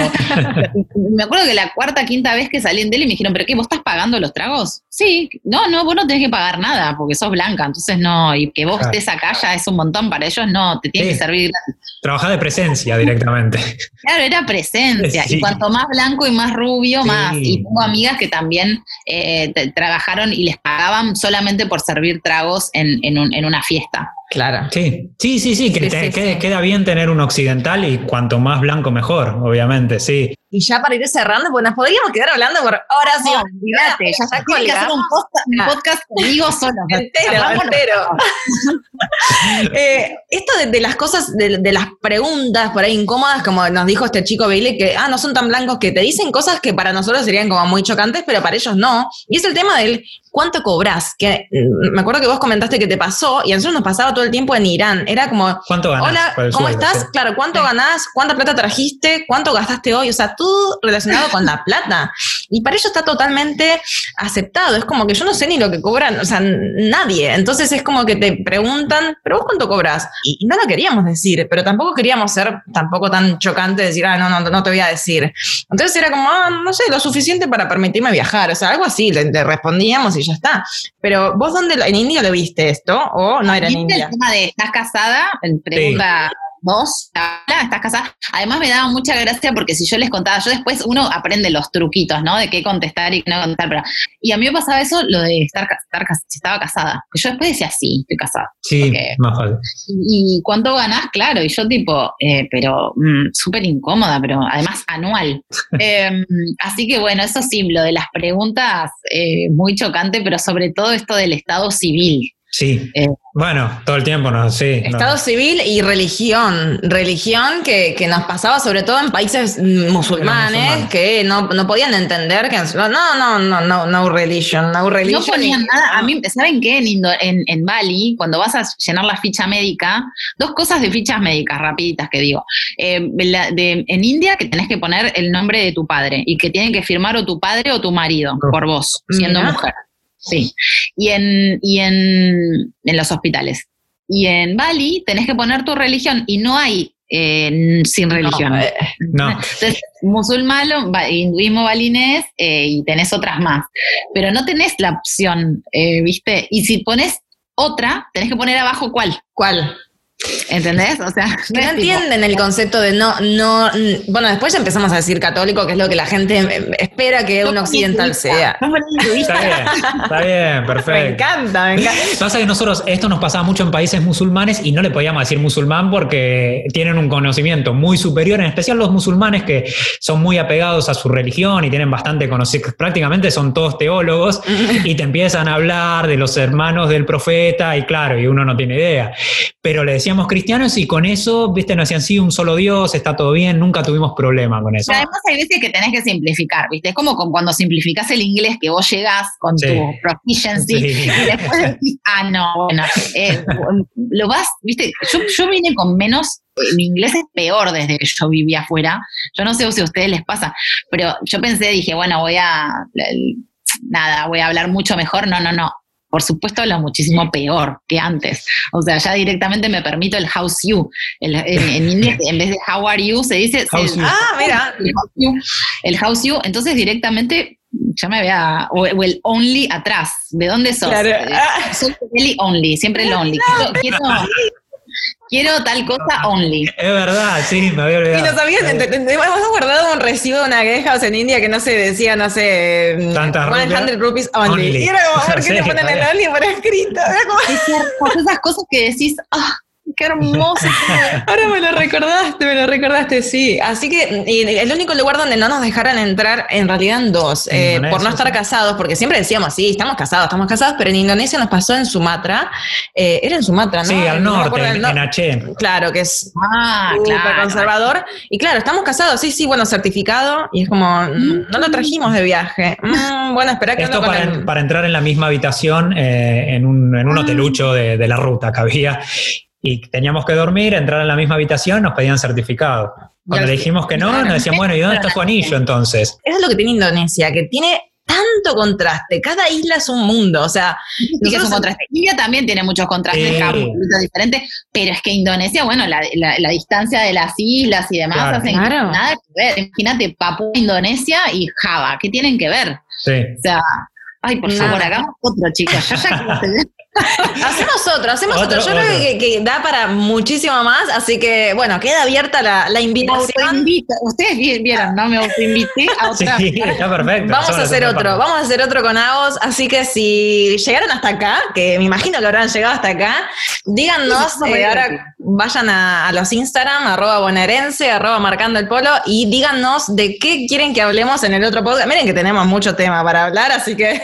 Me acuerdo que la cuarta, quinta vez que salí en Delhi me dijeron, ¿pero qué, vos estás pagando los tragos? Sí, no, no, vos no tenés que pagar nada, porque sos blanca, entonces no, y que vos claro. estés acá ya es un montón, para ellos no, te tiene sí. que servir gratis. Trabajás de presencia directamente. Claro, era presencia, sí. y cuanto más blanco y más rubio, sí. más, y tengo amigas que también eh, trabajan viajaron y les pagaban solamente por servir tragos en, en, un, en una fiesta. Claro. Sí, sí, sí, sí, que Sí, te, sí, que, sí. queda bien tener un occidental y cuanto más blanco mejor, obviamente, sí. Y ya para ir cerrando, pues nos podríamos quedar hablando por horas y No, horas. olvídate, ya Ya tiene que hacer un, colgamos. post, un Ah. podcast conmigo solo. Entero, entero. eh, esto de, de las cosas, de, de las preguntas por ahí incómodas, como nos dijo este chico Bailey, que ah, no son tan blancos, que te dicen cosas que para nosotros serían como muy chocantes, pero para ellos no. Y es el tema del cuánto cobras, que mm, me acuerdo que vos comentaste que te pasó, y a nosotros nos pasaba todo el tiempo en Irán. Era como, ¿Cuánto ganás hola, por el ¿cómo sueldo? estás? Sí. Claro, ¿cuánto ganás? ¿Cuánta plata trajiste? ¿Cuánto gastaste hoy? O sea, todo relacionado con la plata. Y para ellos está totalmente aceptado. Es como que yo no sé ni lo que cobran, o sea, nadie. Entonces es como que te preguntan, ¿pero vos cuánto cobras? Y, y no lo queríamos decir, pero tampoco queríamos ser tampoco tan chocante de decir, ah, no, no, no te voy a decir. Entonces era como, ah, no sé, lo suficiente para permitirme viajar. O sea, algo así, le, le respondíamos y ya está. Pero vos, ¿dónde lo- en India lo viste esto? ¿O no era en ¿Viste India? el tema de estás casada? Pregunta dos, hola, ¿estás casada? Además me daba mucha gracia porque si yo les contaba, yo después uno aprende los truquitos, ¿no? De qué contestar y qué no contestar. Pero, y a mí me pasaba eso, lo de estar, estar cas- si estaba casada. Que yo después decía, sí, estoy casada. Sí, Porque- más fácil. ¿Y, y cuánto ganás? Claro, y yo tipo, eh, pero mm, súper incómoda, pero además anual. Eh, así que bueno, eso sí, lo de las preguntas, eh, muy chocante, pero sobre todo esto del estado civil. Sí. Eh. Bueno, todo el tiempo, ¿no? Sí. Estado no. civil y religión. Religión que, que nos pasaba sobre todo en países mm, musulmanes, musulmanes. que no, no podían entender que no, no, no, no, no religion, no religion. No ponían y- nada. A mí, ¿saben qué? En, Indo- en, en Bali, cuando vas a llenar la ficha médica, dos cosas de fichas médicas rapiditas que digo. Eh, la- de- en India que tenés que poner el nombre de tu padre y que tienen que firmar o tu padre o tu marido Oh. por vos, siendo Mira. mujer. Sí. Y en, y en, en los hospitales. Y en Bali tenés que poner tu religión y no hay eh, sin religión. No, eh, No. Entonces, musulmán, ba- hinduismo balinés eh, y tenés otras más. Pero no tenés la opción, eh, ¿viste? Y si pones otra, tenés que poner abajo cuál. ¿Cuál? ¿Entendés? O sea, Que no es tipo- entienden el concepto de no, no, mm, bueno, después ya empezamos a decir católico, que es lo que la gente eh, espera que un occidental sea. No pones hinduista. Está bien, está bien, Me perfecto. encanta, me encanta. Pasa que nosotros, esto nos pasaba mucho en países musulmanes y no le podíamos decir musulmán porque tienen un conocimiento muy superior, en especial los musulmanes que son muy apegados a su religión y tienen bastante conocimiento, prácticamente son todos teólogos y te empiezan a hablar de los hermanos del profeta y claro, y uno no tiene idea. Pero le decíamos cristianos y con eso, viste, nos decían sí, un solo Dios, está todo bien, nunca tuvimos problema con eso. Pero además hay veces que tenés que simplificar, ¿viste? Es como con cuando simplificás el inglés que vos llegás con Sí. tu proficiency Sí. y después decís, ah, no, bueno, eh, lo vas, ¿viste? Yo, yo vine con menos, eh, mi inglés es peor desde que yo vivía afuera. Yo no sé si a ustedes les pasa, pero yo pensé, dije, bueno, voy a, nada, voy a hablar mucho mejor. No, no, no. Por supuesto, hablo muchísimo peor que antes. O sea, ya directamente me permito el how's you. El- en, en inglés, en vez de how are you, se dice... How's se- you. Ah, mira. El how's you. El how's you. Entonces, directamente, ya me vea... O, o el only atrás. ¿De dónde sos? Claro. Eh, Soy el only, siempre el only. Quiero, quiero, quiero tal cosa only. Es verdad, sí, me había Y olvidado. nos habían, ent- ent- hemos guardado un recibo de una guest house en India que no se decía, no sé, Tantas cien rupees only. Only. Y era como, ¿por qué Sí, le ponen el está only por escrito? Era como, Es cierto, esas cosas que decís, ah, qué hermoso. ahora me lo recordaste, me lo recordaste, sí. Así que y el único lugar donde no nos dejaran entrar, en realidad en dos, eh, Indonesia, por no estar sí. casados, porque siempre decíamos, sí, estamos casados, estamos casados, pero en Indonesia nos pasó en Sumatra, eh, era en Sumatra, ¿no? Sí, al No me norte, acuerdo del en, no- en Aceh. Claro, que es Ah, súper claro. conservador. Y claro, estamos casados, sí, sí, bueno, certificado. Y es como, mm, no lo trajimos de viaje. Mm, bueno, espera que Esto ando con para, el- para entrar en la misma habitación eh, en un, en un Ah. hotelucho de, de la ruta que había. Y teníamos que dormir, entrar en la misma habitación, nos pedían certificado. Cuando Ya, le dijimos que no, claro. nos decían, bueno, ¿y dónde está tu anillo entonces? Eso es lo que tiene Indonesia, que tiene tanto contraste. Cada isla es un mundo. O sea, Sí, que es un nosotros- contraste. India también tiene muchos contrastes, Sí. cada pueblito diferente, pero es que Indonesia, bueno, la, la, la distancia de las islas y demás Claro. hacen Claro. nada que ver. Imagínate Papúa Indonesia y Java, ¿qué tienen que ver? Sí. O sea, ay, por Nada. favor, hagamos otro, chicos. Yo ya quiero tener- Hacemos otro, hacemos otro. Otro, Yo creo otro. que, que da para muchísimo más, así que bueno, queda abierta la, la Me invitación. autoinvito. Ustedes vi- vieron, ¿no? Me autoinvité a otra. Sí, está perfecto. Vamos Somos a hacer la otro, segunda vamos a hacer otro con Agos, así que si llegaron hasta acá, que me imagino que habrán llegado hasta acá, díganos, Sí, eh, ahora vayan a, a los Instagram, arroba bonaerense, arroba marcando el polo, y díganos de qué quieren que hablemos en el otro podcast. Miren que tenemos mucho tema para hablar, así que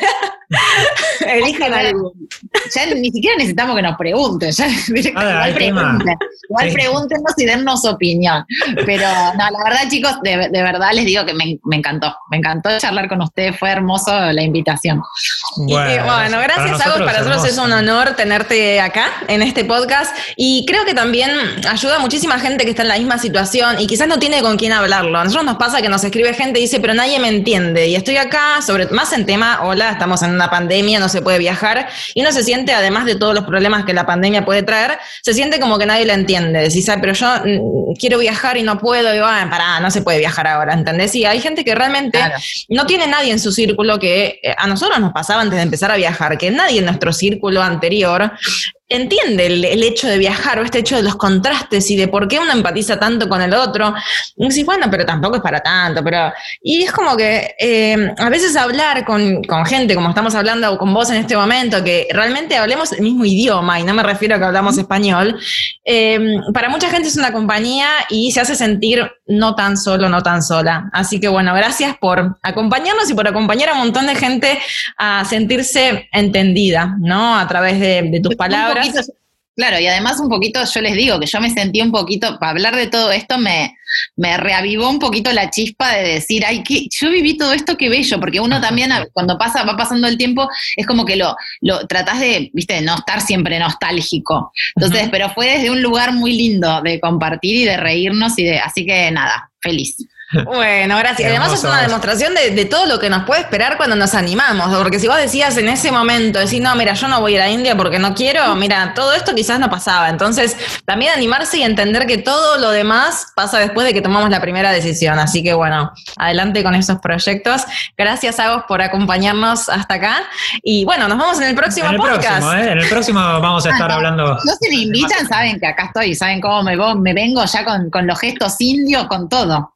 elijan algo. Ya ni siquiera necesitamos que nos pregunten, ya Ah, igual hay tema. pregunten, igual Sí. pregúntenos y dennos opinión. Pero no, la verdad, chicos, de, de verdad les digo que me, me encantó, me encantó charlar con ustedes, fue hermoso la invitación. Y, eh, bueno, gracias, Agos. Para nosotros es un honor tenerte acá en este podcast. Y creo que también ayuda a muchísima gente que está en la misma situación y quizás no tiene con quién hablarlo. A nosotros nos pasa que nos escribe gente y dice, pero nadie me entiende. Y estoy acá, sobre más en tema, hola, estamos en una pandemia, no se puede viajar. Y uno se siente, además de todos los problemas que la pandemia puede traer, se siente como que nadie lo entiende. Decís, "Ay, pero yo mm, quiero viajar y no puedo". Y va, pará, no se puede viajar ahora, ¿entendés? Y hay gente que realmente Claro. no tiene nadie en su círculo que eh, a nosotros nos pasaba antes de empezar a viajar, que nadie en nuestro círculo anterior entiende el, el hecho de viajar o este hecho de los contrastes y de por qué uno empatiza tanto con el otro. Y decís, bueno, pero tampoco es para tanto, pero... Y es como que eh, a veces hablar con, con gente, como estamos hablando con vos en este momento, que realmente hablemos el mismo idioma, y no me refiero a que hablamos español, eh, para mucha gente es una compañía y se hace sentir no tan solo, no tan sola. Así que bueno, gracias por acompañarnos y por acompañar a un montón de gente a sentirse entendida, ¿no? A través de, de tus palabras. Un poquito, claro, y además un poquito, yo les digo que yo me sentí un poquito, para hablar de todo esto, me, me reavivó un poquito la chispa de decir, ay, que yo viví todo esto, qué bello, porque uno también, cuando pasa, va pasando el tiempo, es como que lo, lo tratás de, viste, de no estar siempre nostálgico. Entonces, uh-huh. pero fue desde un lugar muy lindo de compartir y de reírnos y de, así que nada, feliz. Bueno, gracias. Además es una demostración de, de todo lo que nos puede esperar cuando nos animamos, porque si vos decías en ese momento, decís, no, mira, yo no voy a ir a India porque no quiero, mira, todo esto quizás no pasaba. Entonces, también animarse y entender que todo lo demás pasa después de que tomamos la primera decisión. Así que bueno, adelante con esos proyectos. Gracias, Agos, por acompañarnos hasta acá. Y bueno, nos vemos en el próximo en el podcast. Próximo, ¿eh? En el próximo vamos a estar ah, no, hablando. No se me invitan, saben que acá estoy, saben cómo me, me vengo ya con, con los gestos indios, con todo.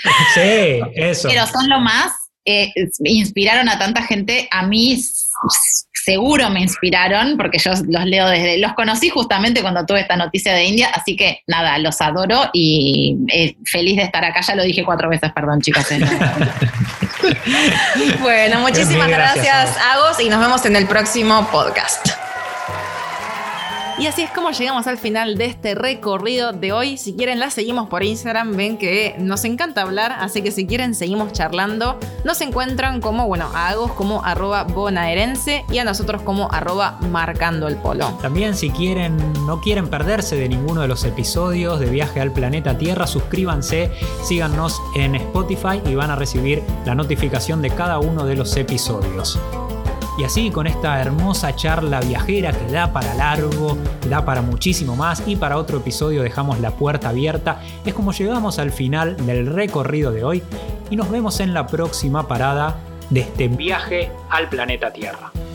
Sí, eso. Pero son lo más, eh, inspiraron a tanta gente, a mí seguro me inspiraron, porque yo los leo desde, los conocí justamente cuando tuve esta noticia de India, así que nada, los adoro y eh, feliz de estar acá, ya lo dije cuatro veces, perdón chicas. Eh. Bueno, muchísimas gracias, gracias Agos, y nos vemos en el próximo podcast. Y así es como llegamos al final de este recorrido de hoy. Si quieren, la seguimos por Instagram. Ven que nos encanta hablar, así que si quieren, seguimos charlando. Nos encuentran como, bueno, a Agos como arroba bonaerense y a nosotros como arroba marcando el polo. También, si quieren, no quieren perderse de ninguno de los episodios de Viaje al Planeta Tierra, suscríbanse, síganos en Spotify y van a recibir la notificación de cada uno de los episodios. Y así, con esta hermosa charla viajera que da para largo, da para muchísimo más, y para otro episodio dejamos la puerta abierta, es como llegamos al final del recorrido de hoy y nos vemos en la próxima parada de este viaje al planeta Tierra.